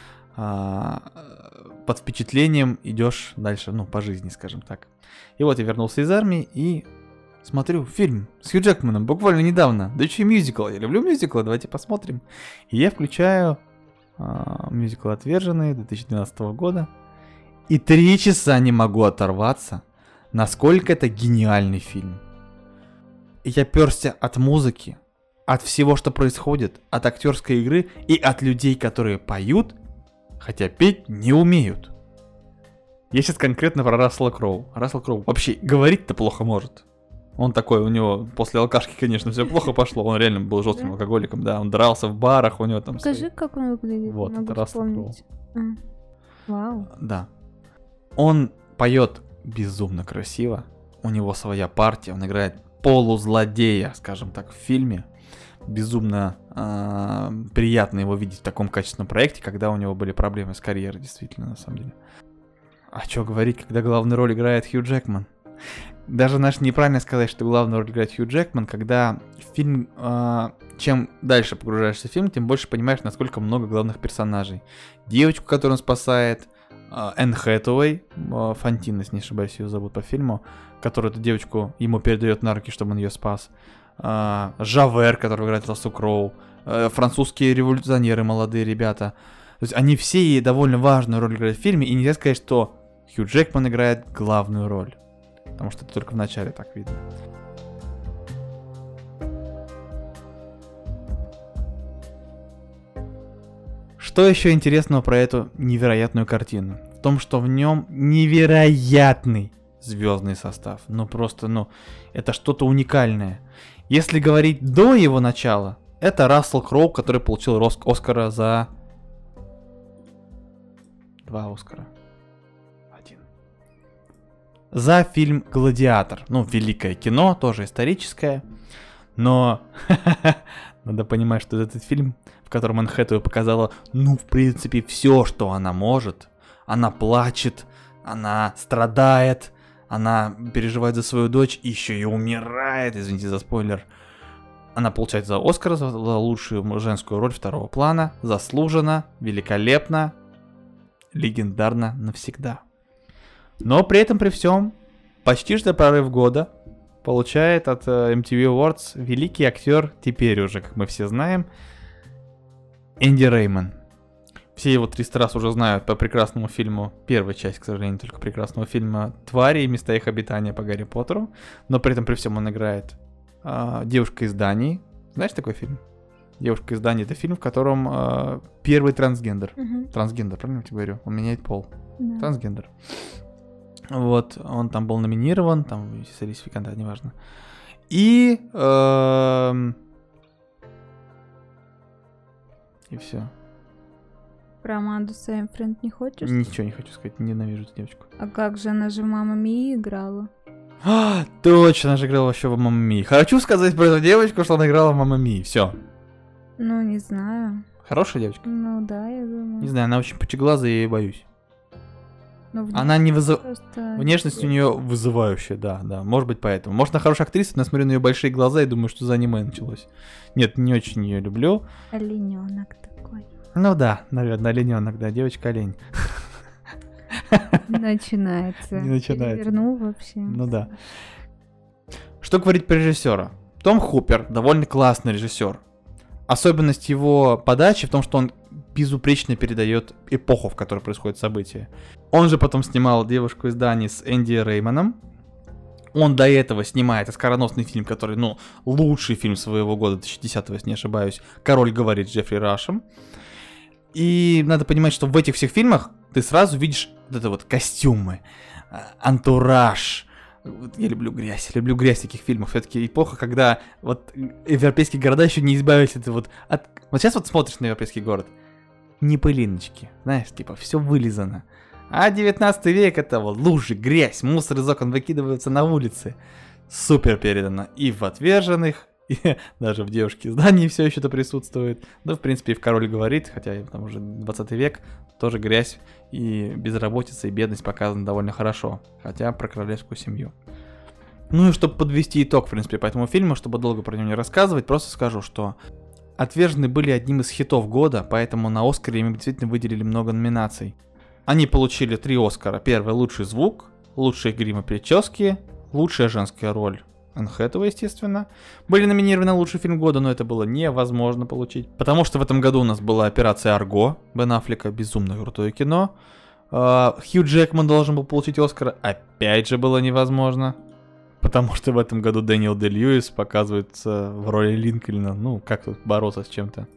Под впечатлением идешь дальше, ну, по жизни, скажем так. И вот я вернулся из армии и смотрю фильм с Хью Джекманом буквально недавно. Да еще и мюзикл. Я люблю мюзиклы, давайте посмотрим. И я включаю мюзикл «Отверженные» 2012 года. И 3 часа не могу оторваться, насколько это гениальный фильм. И я перся от музыки, от всего, что происходит, от актерской игры и от людей, которые поют, хотя петь не умеют. Я сейчас конкретно про Рассела Кроу. Рассел Кроу вообще говорить-то плохо может. Он такой, у него после алкашки, конечно, все плохо пошло. Он реально был жестким алкоголиком, да. Он дрался в барах, у него там... Покажи, как он выглядит. Вот, это Рассел Кроу. Вау. Да. Он поет безумно красиво. У него своя партия, он играет полузлодея, скажем так, в фильме. Безумно приятно его видеть в таком качественном проекте, когда у него были проблемы с карьерой, действительно, на самом деле. А что говорить, когда главную роль играет Хью Джекман? Даже неправильно сказать, что главную роль играет Хью Джекман, когда фильм, чем дальше погружаешься в фильм, тем больше понимаешь, насколько много главных персонажей. Девочку, которую он спасает, Энн Хэтэуэй, Фантина, если не ошибаюсь, ее зовут по фильму, которую эту девочку ему передает на руки, чтобы он ее спас. Жавер, который играет Рассел Кроу, французские революционеры, молодые ребята. То есть они все довольно важную роль играют в фильме, и нельзя сказать, что Хью Джекман играет главную роль. Потому что это только в начале так видно. Что еще интересного про эту невероятную картину? В том, что в нем невероятный звездный состав. Ну просто, это что-то уникальное. Если говорить до его начала, это Рассел Кроу, который получил Оскара за... 2 Оскара. За фильм «Гладиатор». Великое кино, тоже историческое. Но надо понимать, что этот фильм, в котором Энн Хэтэуэй показала, в принципе, все, что она может. Она плачет, она страдает, она переживает за свою дочь, еще и умирает, извините за спойлер. Она получает за Оскар за лучшую женскую роль второго плана. Заслуженно, великолепно, легендарно навсегда. Но при этом, при всем, почти что прорыв года получает от MTV Awards великий актер, теперь уже, как мы все знаем, Энди Рейман. Все его 300 раз уже знают по прекрасному фильму, первая часть, к сожалению, только прекрасного фильма «Твари и места их обитания» по Гарри Поттеру, но при этом при всем он играет девушка из Дании. Знаешь такой фильм? Девушка из Дании — это фильм, в котором первый трансгендер. Трансгендер, правильно я тебе говорю? Он меняет пол. Да. Трансгендер. Вот, он там был номинирован, там сертификат, неважно. И все. Про Аманду Сейфрид не хочешь? Ничего не хочу сказать, ненавижу эту девочку. А как же, она же в «Мамма Мии» играла. Точно, она же играла вообще в «Мамма Мии». Хочу сказать про эту девочку, что она играла в «Мамма Мии». Все. Ну, не знаю. Хорошая девочка? Ну да, я думаю. Не знаю, она очень пучеглазая, я ей боюсь. Но Она не вызывает... просто... Внешность у нее вызывающая, да, может быть поэтому. Может, она хорошая актриса, но я смотрю на ее большие глаза и думаю, что за аниме началось. Нет, не очень ее люблю. Олененок такой. Ну да, наверное, олененок, да, девочка-олень. Начинается. Не начинается. Вернул вообще. Ну да. Что говорить про режиссера? Том Хупер довольно классный режиссер. Особенность его подачи в том, что он безупречно передает эпоху, в которой происходят события. Он же потом снимал «Девушку из Дании» с Энди Рейманом. Он до этого снимает оскароносный фильм, который, лучший фильм своего года, 2010-го, если не ошибаюсь, «Король говорит» с Джеффри Рашем. И надо понимать, что в этих всех фильмах ты сразу видишь вот это вот костюмы, антураж. Я люблю грязь в таких фильмах. Все-таки эпоха, когда вот европейские города еще не избавились от вот... Вот сейчас вот смотришь на европейский город, не пылиночки, знаешь, типа все вылизано. А 19 век это вот лужи, грязь, мусор из окон выкидываются на улице. Супер передано и в «Отверженных», и даже в «Девушке из Дании» все еще это присутствует. Ну, в принципе, и в «Король говорит», хотя там уже 20 век, тоже грязь и безработица, и бедность показаны довольно хорошо. Хотя про королевскую семью. Ну и чтобы подвести итог, в принципе, по этому фильму, чтобы долго про него не рассказывать, просто скажу, что «Отверженные» были одним из хитов года, поэтому на «Оскаре» им действительно выделили много номинаций. Они получили 3 «Оскара». Первый — лучший звук, лучшие грим и прически, лучшая женская роль. Энн Хэтэуэй, естественно. Были номинированы на лучший фильм года, но это было невозможно получить. Потому что в этом году у нас была «Операция Арго» Бен Аффлека, безумно крутое кино. Хью Джекман должен был получить «Оскар», опять же было невозможно. Потому что в этом году Дэниел Дэ-Льюис показывается в роли Линкольна. Как тут бороться с чем-то.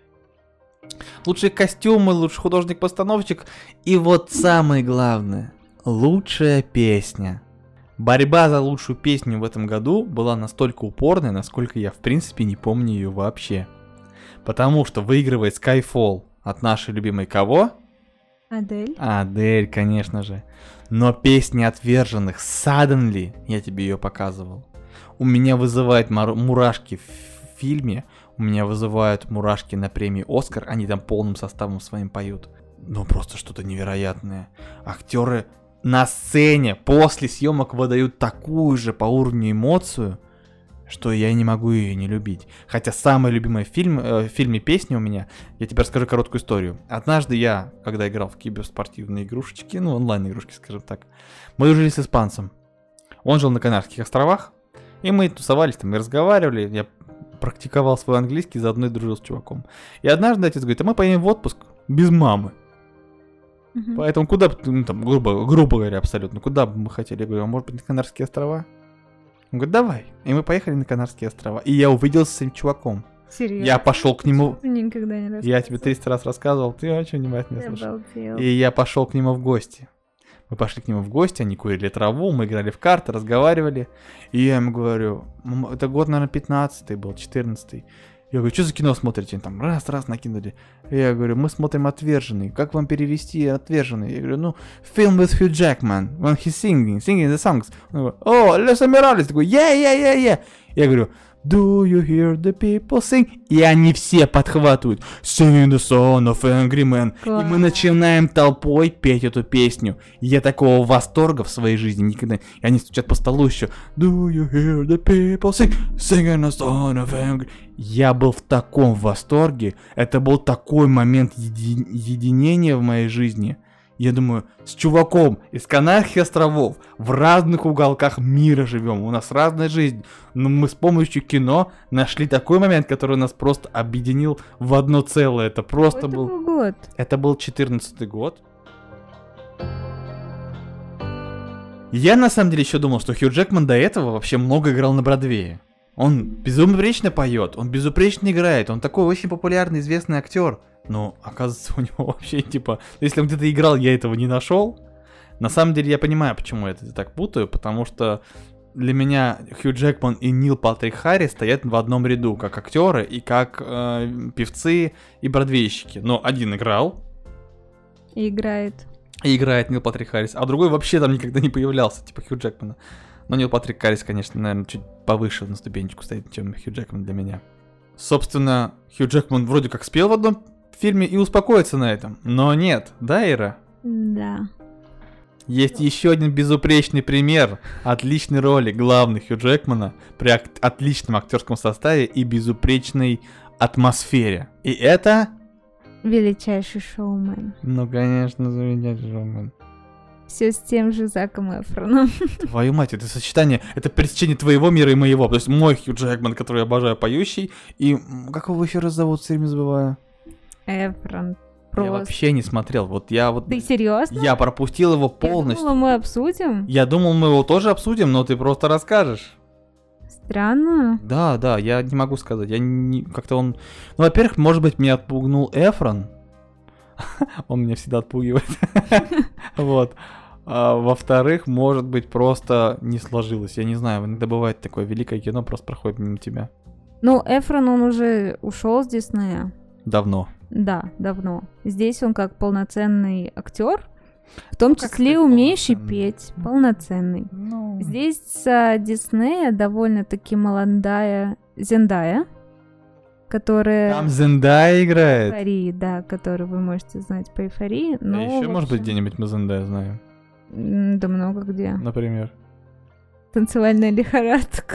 Лучшие костюмы, лучший художник-постановщик. И вот самое главное, лучшая песня. Борьба за лучшую песню в этом году была настолько упорной, насколько я в принципе не помню ее вообще. Потому что выигрывает Skyfall от нашей любимой кого? Адель. Адель, конечно же. Но песня «Отверженных» Suddenly, я тебе ее показывал, у меня вызывает мурашки в фильме, у меня вызывают мурашки на премии «Оскар», они там полным составом своим поют. Просто что-то невероятное. Актеры на сцене после съемок выдают такую же по уровню эмоцию, что я не могу ее не любить. Хотя самый любимый в фильме песня у меня, я тебе расскажу короткую историю. Однажды я, когда играл в киберспортивные игрушечки, онлайн-игрушки, скажем так, мы дружили с испанцем. Он жил на Канарских островах, и мы тусовались там и разговаривали. Я практиковал свой английский, заодно и дружил с чуваком. И однажды отец говорит: а мы поедем в отпуск без мамы. Поэтому куда бы, грубо говоря, абсолютно, куда бы мы хотели? Я говорю: а может быть на Канарские острова? Он говорит: давай. И мы поехали на Канарские острова. И я увиделся с этим чуваком. Серьезно? Я пошел к нему... Никогда не рассказывал. Я тебе 300 раз рассказывал, ты очень внимательно слушал. Обалдел. И я пошел к нему в гости. Мы пошли к нему в гости, они курили траву, мы играли в карты, разговаривали. И я ему говорю, это год, наверное, 15-й был, 14-й. Я говорю: что за кино смотрите? Они там раз накинули. Я говорю: мы смотрим «Отверженный». Как вам перевести «Отверженный»? Я говорю: film with Hugh Jackman, when he's singing the songs. Он говорит: о, Лес Амиралес. Такой: yeah. Я говорю: Do you hear the people sing? И они все подхватывают Sing the song of Angry Man. Класс. И мы начинаем толпой петь эту песню. И я такого восторга в своей жизни никогда... И они стучат по столу еще Do you hear the people sing? Singing the song of Angry... Я был в таком восторге. Это был такой момент единения в моей жизни. Я думаю, с чуваком из Канарских островов в разных уголках мира живем, у нас разная жизнь, но мы с помощью кино нашли такой момент, который нас просто объединил в одно целое. Это просто Какой был... это был год? Это был 14-й год. Я на самом деле еще думал, что Хью Джекман до этого вообще много играл на Бродвее. Он безупречно поет, он безупречно играет, он такой очень популярный, известный актер. Но, оказывается, у него вообще, типа, если он где-то играл, я этого не нашел. На самом деле, я понимаю, почему я это так путаю, потому что для меня Хью Джекман и Нил Патрик Харрис стоят в одном ряду, как актеры и как певцы и бродвейщики. Но один играл. И играет. И играет Нил Патрик Харрис, а другой вообще там никогда не появлялся, типа Хью Джекмана. Но Нил Патрик Харрис, конечно, наверное, чуть повыше на ступенечку стоит, чем Хью Джекман для меня. Собственно, Хью Джекман вроде как спел в одном фильме и успокоится на этом. Но нет, да, Ира? Да. Есть еще один безупречный пример отличной роли главного Хью Джекмана при отличном актерском составе и безупречной атмосфере. И это... Величайший шоумен. Ну, конечно, замечательный шоумен. Все с тем же Заком Эфроном. Твою мать, это сочетание, это пересечение твоего мира и моего. То есть мой Хью Джекман, который я обожаю, поющий, и как его еще раз зовут, все время забываю. Эфрон. Я Просто. вообще не смотрел. Ты серьезно? Я пропустил его полностью. Я думала, мы обсудим. Я думал, мы его тоже обсудим, но ты просто расскажешь. Странно. Да, я не могу сказать. Я не... Как-то он... Ну, во-первых, может быть, меня отпугнул Эфрон. Он меня всегда отпугивает. Вот. А во-вторых, может быть, просто не сложилось. Я не знаю, иногда бывает такое великое кино, просто проходит мимо тебя. Ну, Эфрон, он уже ушел с Диснея. Давно. Да, давно. Здесь он как полноценный актер, в том числе умеющий петь, полноценный. Здесь с Диснея довольно-таки молодая Зендая, которая... Там Зендая играет. Эйфории, да, которую вы можете знать по Эйфории. А Но, еще, в может быть, общем, где-нибудь мы Зендая знаем. Да много где. Например. Танцевальная лихорадка.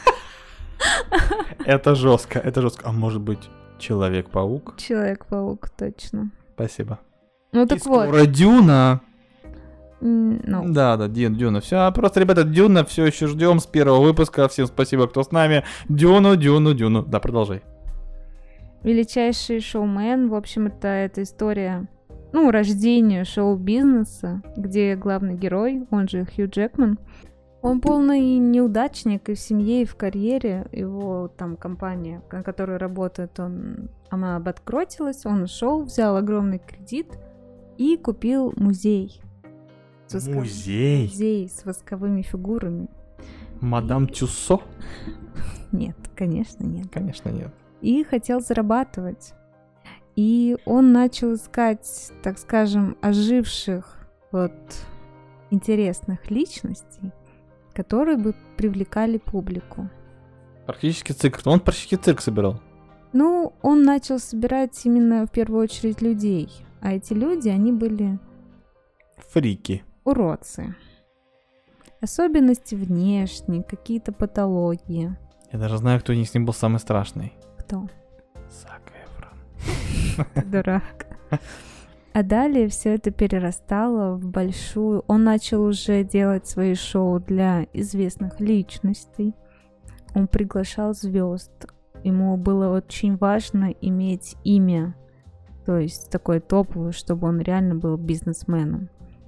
Это жестко, это жестко. А может быть, Человек-паук? Человек-паук, точно. Спасибо. Ну так вот. Скоро Дюна. Ну, Да, Дюна. Все, просто, ребята, Дюна все еще ждем с первого выпуска. Всем спасибо, кто с нами. Дюну. Да, продолжай. величайший шоумен, в общем, это история, ну, рождения шоу-бизнеса, где главный герой, он же Хью Джекман, он полный неудачник и в семье, и в карьере. Его там компания, на которой работает он, она обанкротилась, он ушел, взял огромный кредит и купил музей. Музей? Музей с восковыми фигурами. Мадам Тюссо? Нет, конечно, нет. Конечно, нет. И хотел зарабатывать. И он начал искать, так скажем, оживших вот интересных личностей, которые бы привлекали публику. Практически цирк. Он практически цирк собирал. Ну, он начал собирать именно в первую очередь людей. А эти люди, они были Фрики. уродцы. Особенности внешние, какие-то патологии. Я даже знаю, кто из них был самый страшный. Кто? Зак Эфрон. Ты дурак. А далее все это перерастало в большую... Он начал уже делать свои шоу для известных личностей. Он приглашал звезд. Ему было очень важно иметь имя, то есть такое топовое, чтобы он реально был бизнесменом.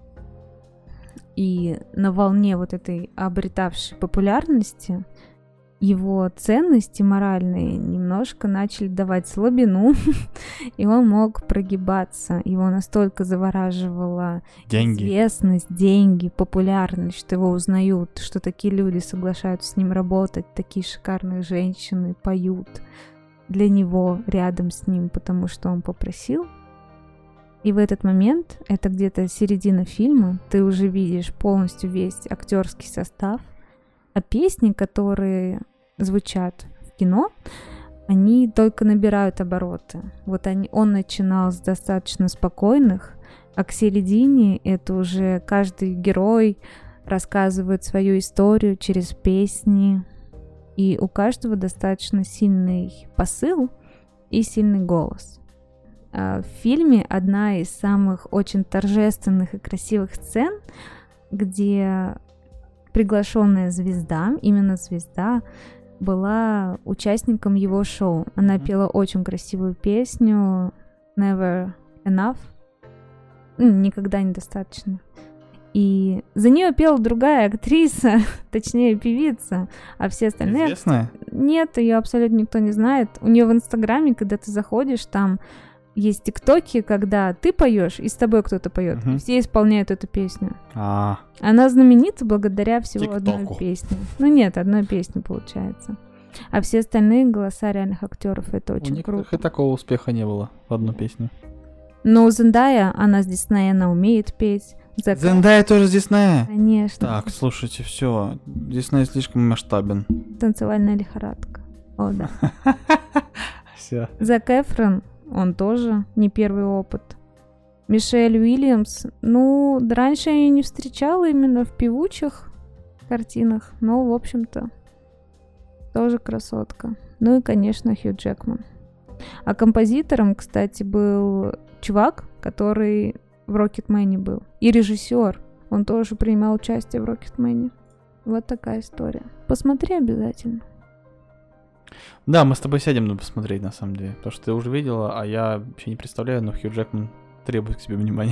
И на волне вот этой обретавшей популярности его ценности моральные немножко начали давать слабину, и он мог прогибаться. Его настолько завораживала известность, деньги, популярность, что его узнают, что такие люди соглашаются с ним работать, такие шикарные женщины поют для него рядом с ним, потому что он попросил. И в этот момент, это где-то середина фильма, ты уже видишь полностью весь актерский состав, а песни, которые звучат в кино, они только набирают обороты. Вот он начинал с достаточно спокойных, а к середине это уже каждый герой рассказывает свою историю через песни, и у каждого достаточно сильный посыл и сильный голос. В фильме одна из самых очень торжественных и красивых сцен, где приглашенная звезда, именно звезда, была участником его шоу. Она пела очень красивую песню Never Enough, никогда недостаточно. И за нее пела другая актриса, точнее певица, а все остальные... Известная? Нет, ее абсолютно никто не знает. У нее в Инстаграме, когда ты заходишь, там есть тиктоки, когда ты поешь, и с тобой кто-то поет. Все исполняют эту песню. Она знаменита благодаря всего одной песне. Ну нет, одной песни получается. А все остальные голоса реальных актеров, это очень круто. И такого успеха не было в одну песню. Но Зендая, она с Диснея, она умеет петь. Зендая тоже с Диснея? Конечно. Так, слушайте, все, Дисней слишком масштабен. Танцевальная лихорадка. О, да. Все. Зак Эфрон, он тоже не первый опыт. Мишель Уильямс, раньше я ее не встречала именно в певучих картинах, но, в общем-то, тоже красотка. Ну и, конечно, Хью Джекман. А композитором, кстати, был чувак, который в Рокетмене был. И режиссер, он тоже принимал участие в Рокетмене. Вот такая история. Посмотри обязательно. Да, мы с тобой сядем, посмотреть, на самом деле. Потому что ты уже видела, а я вообще не представляю, но Хью Джекман требует к себе внимания.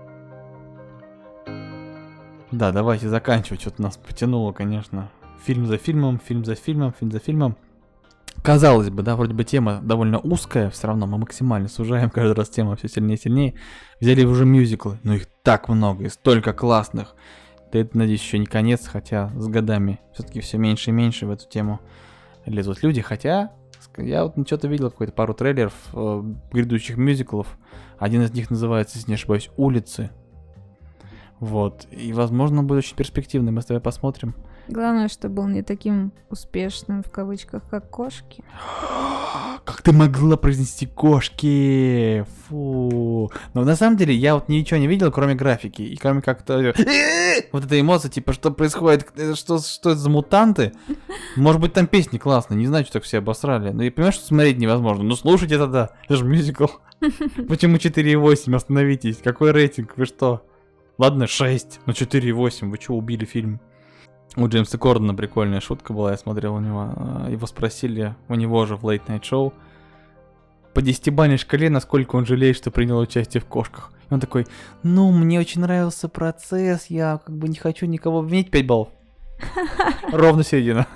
Да, давайте заканчивать. Что-то нас потянуло, конечно. Фильм за фильмом, фильм за фильмом, фильм за фильмом. Казалось бы, да, вроде бы тема довольно узкая, все равно мы максимально сужаем, каждый раз тема все сильнее и сильнее. Взяли уже мюзиклы, но их так много и столько классных. Да это, надеюсь, еще не конец, хотя с годами все-таки все меньше и меньше в эту тему лезут люди. Хотя я вот что-то видел, какую-то пару трейлеров грядущих мюзиклов. Один из них называется, если не ошибаюсь, «Улицы». Вот, и, возможно, будет очень перспективный, мы с тобой посмотрим. Главное, чтобы был не таким успешным, в кавычках, как «Кошки». Как ты могла произнести «Кошки»? Фу. Но на самом деле я вот ничего не видел, кроме графики. И кроме как-то... Вот эта эмоция, типа, что происходит? Что это за мутанты? Может быть, там песни классные. Не знаю, что так все обосрали. Но я понимаю, что смотреть невозможно. Ну, слушайте тогда. Это же мюзикл. Почему 4,8? Остановитесь. Какой рейтинг? Вы что? Ладно, 6. Но 4,8. Вы что, убили фильм? У Джеймса Кордена прикольная шутка была, я смотрел у него. Его спросили, у него же в Late Night Show, по 10-бальной шкале, насколько он жалеет, что принял участие в «Кошках». И он такой, мне очень нравился процесс, я как бы не хочу никого обвинить, 5 баллов. Ровно середина.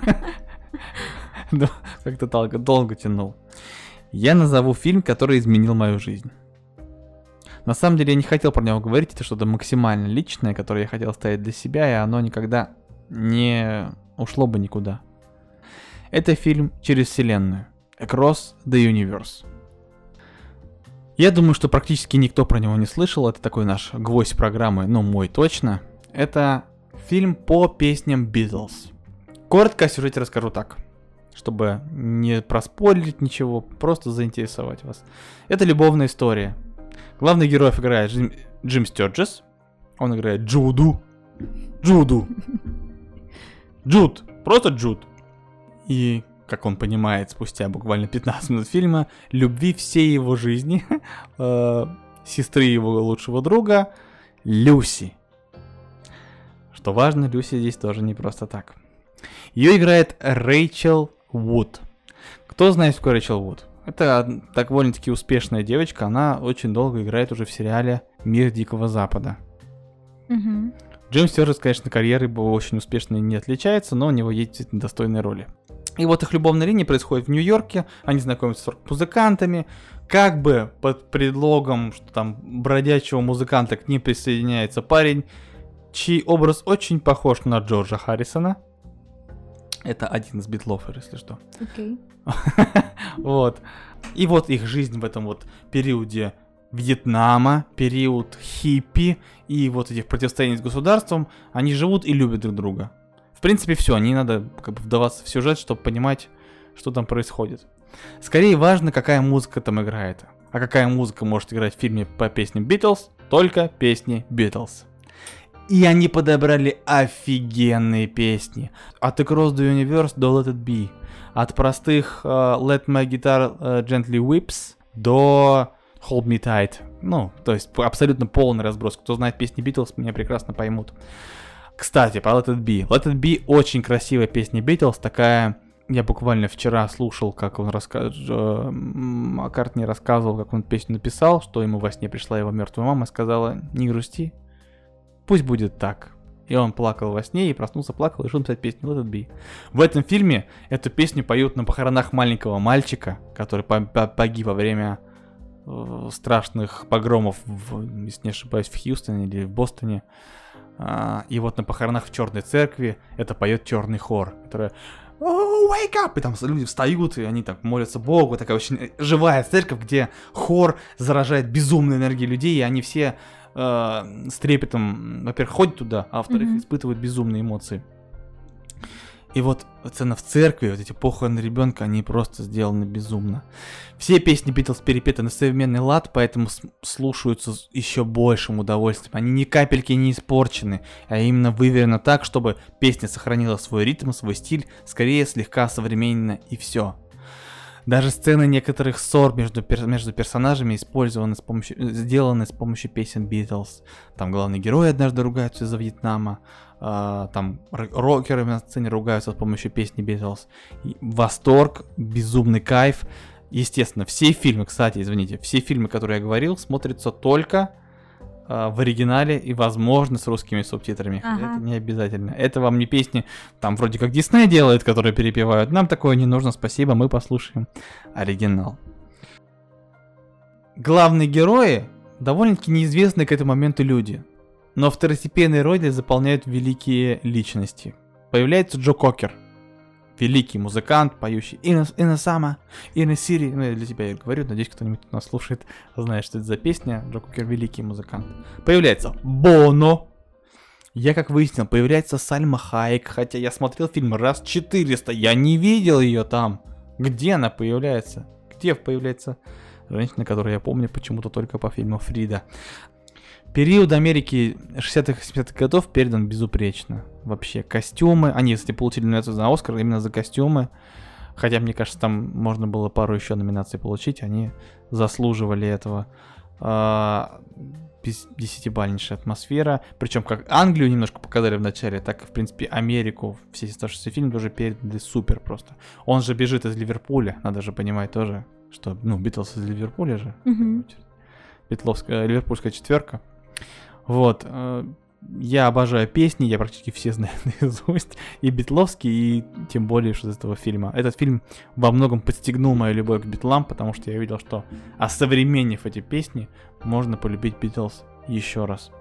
Как-то долго тянул. Я назову фильм, который изменил мою жизнь. На самом деле я не хотел про него говорить, это что-то максимально личное, которое я хотел оставить для себя, и оно никогда не ушло бы никуда. Это фильм «Через вселенную» Across the Universe. Я думаю, что практически никто про него не слышал. Это такой наш гвоздь программы, мой точно. Это фильм по песням Beatles. Коротко о сюжете расскажу так, чтобы не проспойлерить ничего, просто заинтересовать вас. Это любовная история. Главный герой играет Джим Стёрджес. Он играет Джуд. Просто Джуд. И, как он понимает, спустя буквально 15 минут фильма, любви всей его жизни, сестры его лучшего друга, Люси. Что важно, Люси здесь тоже не просто так. Ее играет Рэйчел Вуд. Кто знает, кто Рэйчел Вуд? Это довольно-таки успешная девочка, она очень долго играет уже в сериале «Мир Дикого Запада». Угу. Джим Стёрджес, конечно, карьерой был очень успешной не отличается, но у него есть действительно достойные роли. И вот их любовная линия происходит в Нью-Йорке, они знакомятся с музыкантами, как бы под предлогом, что там бродячего музыканта к ним присоединяется парень, чей образ очень похож на Джорджа Харрисона. Это один из Битлов, если что. Окей. Вот. И вот их жизнь в этом вот периоде Вьетнама, период хиппи и вот этих противостояний с государством, они живут и любят друг друга. В принципе, все, не надо как бы вдаваться в сюжет, чтобы понимать, что там происходит. Скорее важно, какая музыка там играет. А какая музыка может играть в фильме по песням Beatles? Только песни Beatles. И они подобрали офигенные песни. От Across the Universe до Let It Be. От простых Let My Guitar Gently Weeps до Hold Me Tight. Ну, то есть абсолютно полный разброс. Кто знает песни Beatles, меня прекрасно поймут. Кстати, про Let It Be. Let It Be очень красивая песня Beatles. Такая... Я буквально вчера слушал, как он Маккартни рассказывал, как он песню написал, что ему во сне пришла его мертвая мама и сказала: не грусти, пусть будет так. И он плакал во сне и проснулся, плакал и решил написать песню Let It Be. В этом фильме эту песню поют на похоронах маленького мальчика, который погиб во время страшных погромов, если не ошибаюсь, в Хьюстоне или в Бостоне. И вот на похоронах в Черной церкви это поет черный хор, который wake up! И там люди встают, и они так молятся Богу. Такая очень живая церковь, где хор заражает безумной энергией людей, и они все с трепетом, во-первых, ходят туда, а во-вторых, испытывают безумные эмоции. И вот сцена в церкви, вот эти похороны ребенка, они просто сделаны безумно. Все песни Beatles перепеты на современный лад, поэтому слушаются с еще большим удовольствием. Они ни капельки не испорчены, а именно выверено так, чтобы песня сохранила свой ритм, свой стиль, скорее слегка современно и все. Даже сцены некоторых ссор между персонажами сделаны с помощью песен Beatles. Там главные герои однажды ругаются из-за Вьетнама. Там рокеры на сцене ругаются с помощью песни Beatles. И восторг, безумный кайф. Естественно, все фильмы, все фильмы, которые я говорил, смотрятся только в оригинале и, возможно, с русскими субтитрами. Ага. Это не обязательно. Это вам не песни, там вроде как Дисней делает, которые перепевают. Нам такое не нужно, спасибо, мы послушаем оригинал. Главные герои довольно-таки неизвестные к этому моменту люди, но второстепенные роли заполняют великие личности. Появляется Джо Кокер, великий музыкант, поющий In a Summer, In a City. Ну, я для тебя говорю, надеюсь, кто-нибудь нас слушает, знает, что это за песня. Джо Кокер великий музыкант. Появляется Боно. Я, как выяснил, появляется Сальма Хайек, хотя я смотрел фильм раз 400, я не видел ее там. Где она появляется? Где появляется женщина, которую я помню почему-то только по фильму Фрида. Период Америки 60-х и 70-х годов передан безупречно. Вообще, костюмы. Они, кстати, получили номинацию на Оскар именно за костюмы. Хотя, мне кажется, там можно было пару еще номинаций получить. Они заслуживали этого. 10-бальнейшая атмосфера. Причем, как Англию немножко показали в начале, так и, в принципе, Америку. Все оставшиеся фильмы тоже передали супер просто. Он же бежит из Ливерпуля. Надо же понимать тоже, что, Битлз из Ливерпуля же. Ливерпульская четверка. Вот, я обожаю песни, я практически все знаю наизусть, и битловские, и тем более, что из этого фильма. Этот фильм во многом подстегнул мою любовь к Битлам, потому что я видел, что, осовременив эти песни, можно полюбить Битлз еще раз.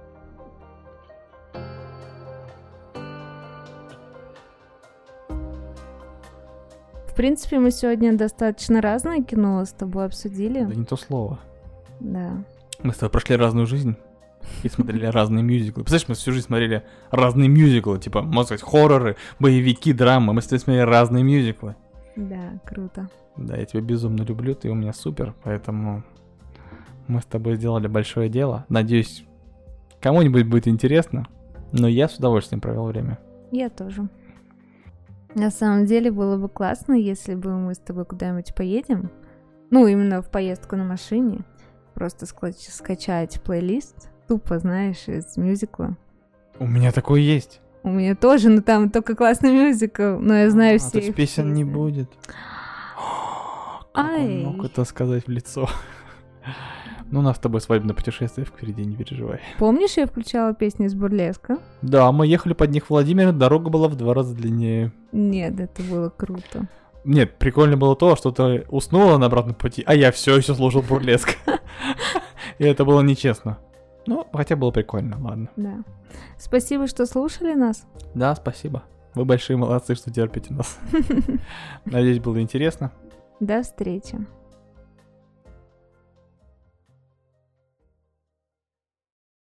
В принципе, мы сегодня достаточно разное кино с тобой обсудили. Да не то слово. Да. Мы с тобой прошли разную жизнь. И смотрели разные мюзиклы. Представляешь, мы всю жизнь смотрели разные мюзиклы, типа, можно сказать, хорроры, боевики, драмы. Мы с тобой смотрели разные мюзиклы. Да, круто. Да, я тебя безумно люблю, ты у меня супер, поэтому мы с тобой сделали большое дело. Надеюсь, кому-нибудь будет интересно, но я с удовольствием провел время. Я тоже. На самом деле было бы классно, если бы мы с тобой куда-нибудь поедем, именно в поездку на машине, просто скачать плейлист, тупо, знаешь, из мюзикла. У меня такое есть. У меня тоже, но там только классный мюзикл, но я знаю все. То есть песен не будет. Как он мог это сказать в лицо? У нас с тобой свадебное путешествие впереди, не переживай. Помнишь, я включала песни из Бурлеска? Да, мы ехали под них в Владимир, дорога была в 2 раза длиннее. Нет, это было круто. Нет, прикольно было то, что ты уснула на обратном пути, а я все еще слушал Бурлеск. И это было нечестно. Хотя было прикольно, ладно. Да. Спасибо, что слушали нас. Да, спасибо. Вы большие молодцы, что терпите нас. Надеюсь, было интересно. До встречи.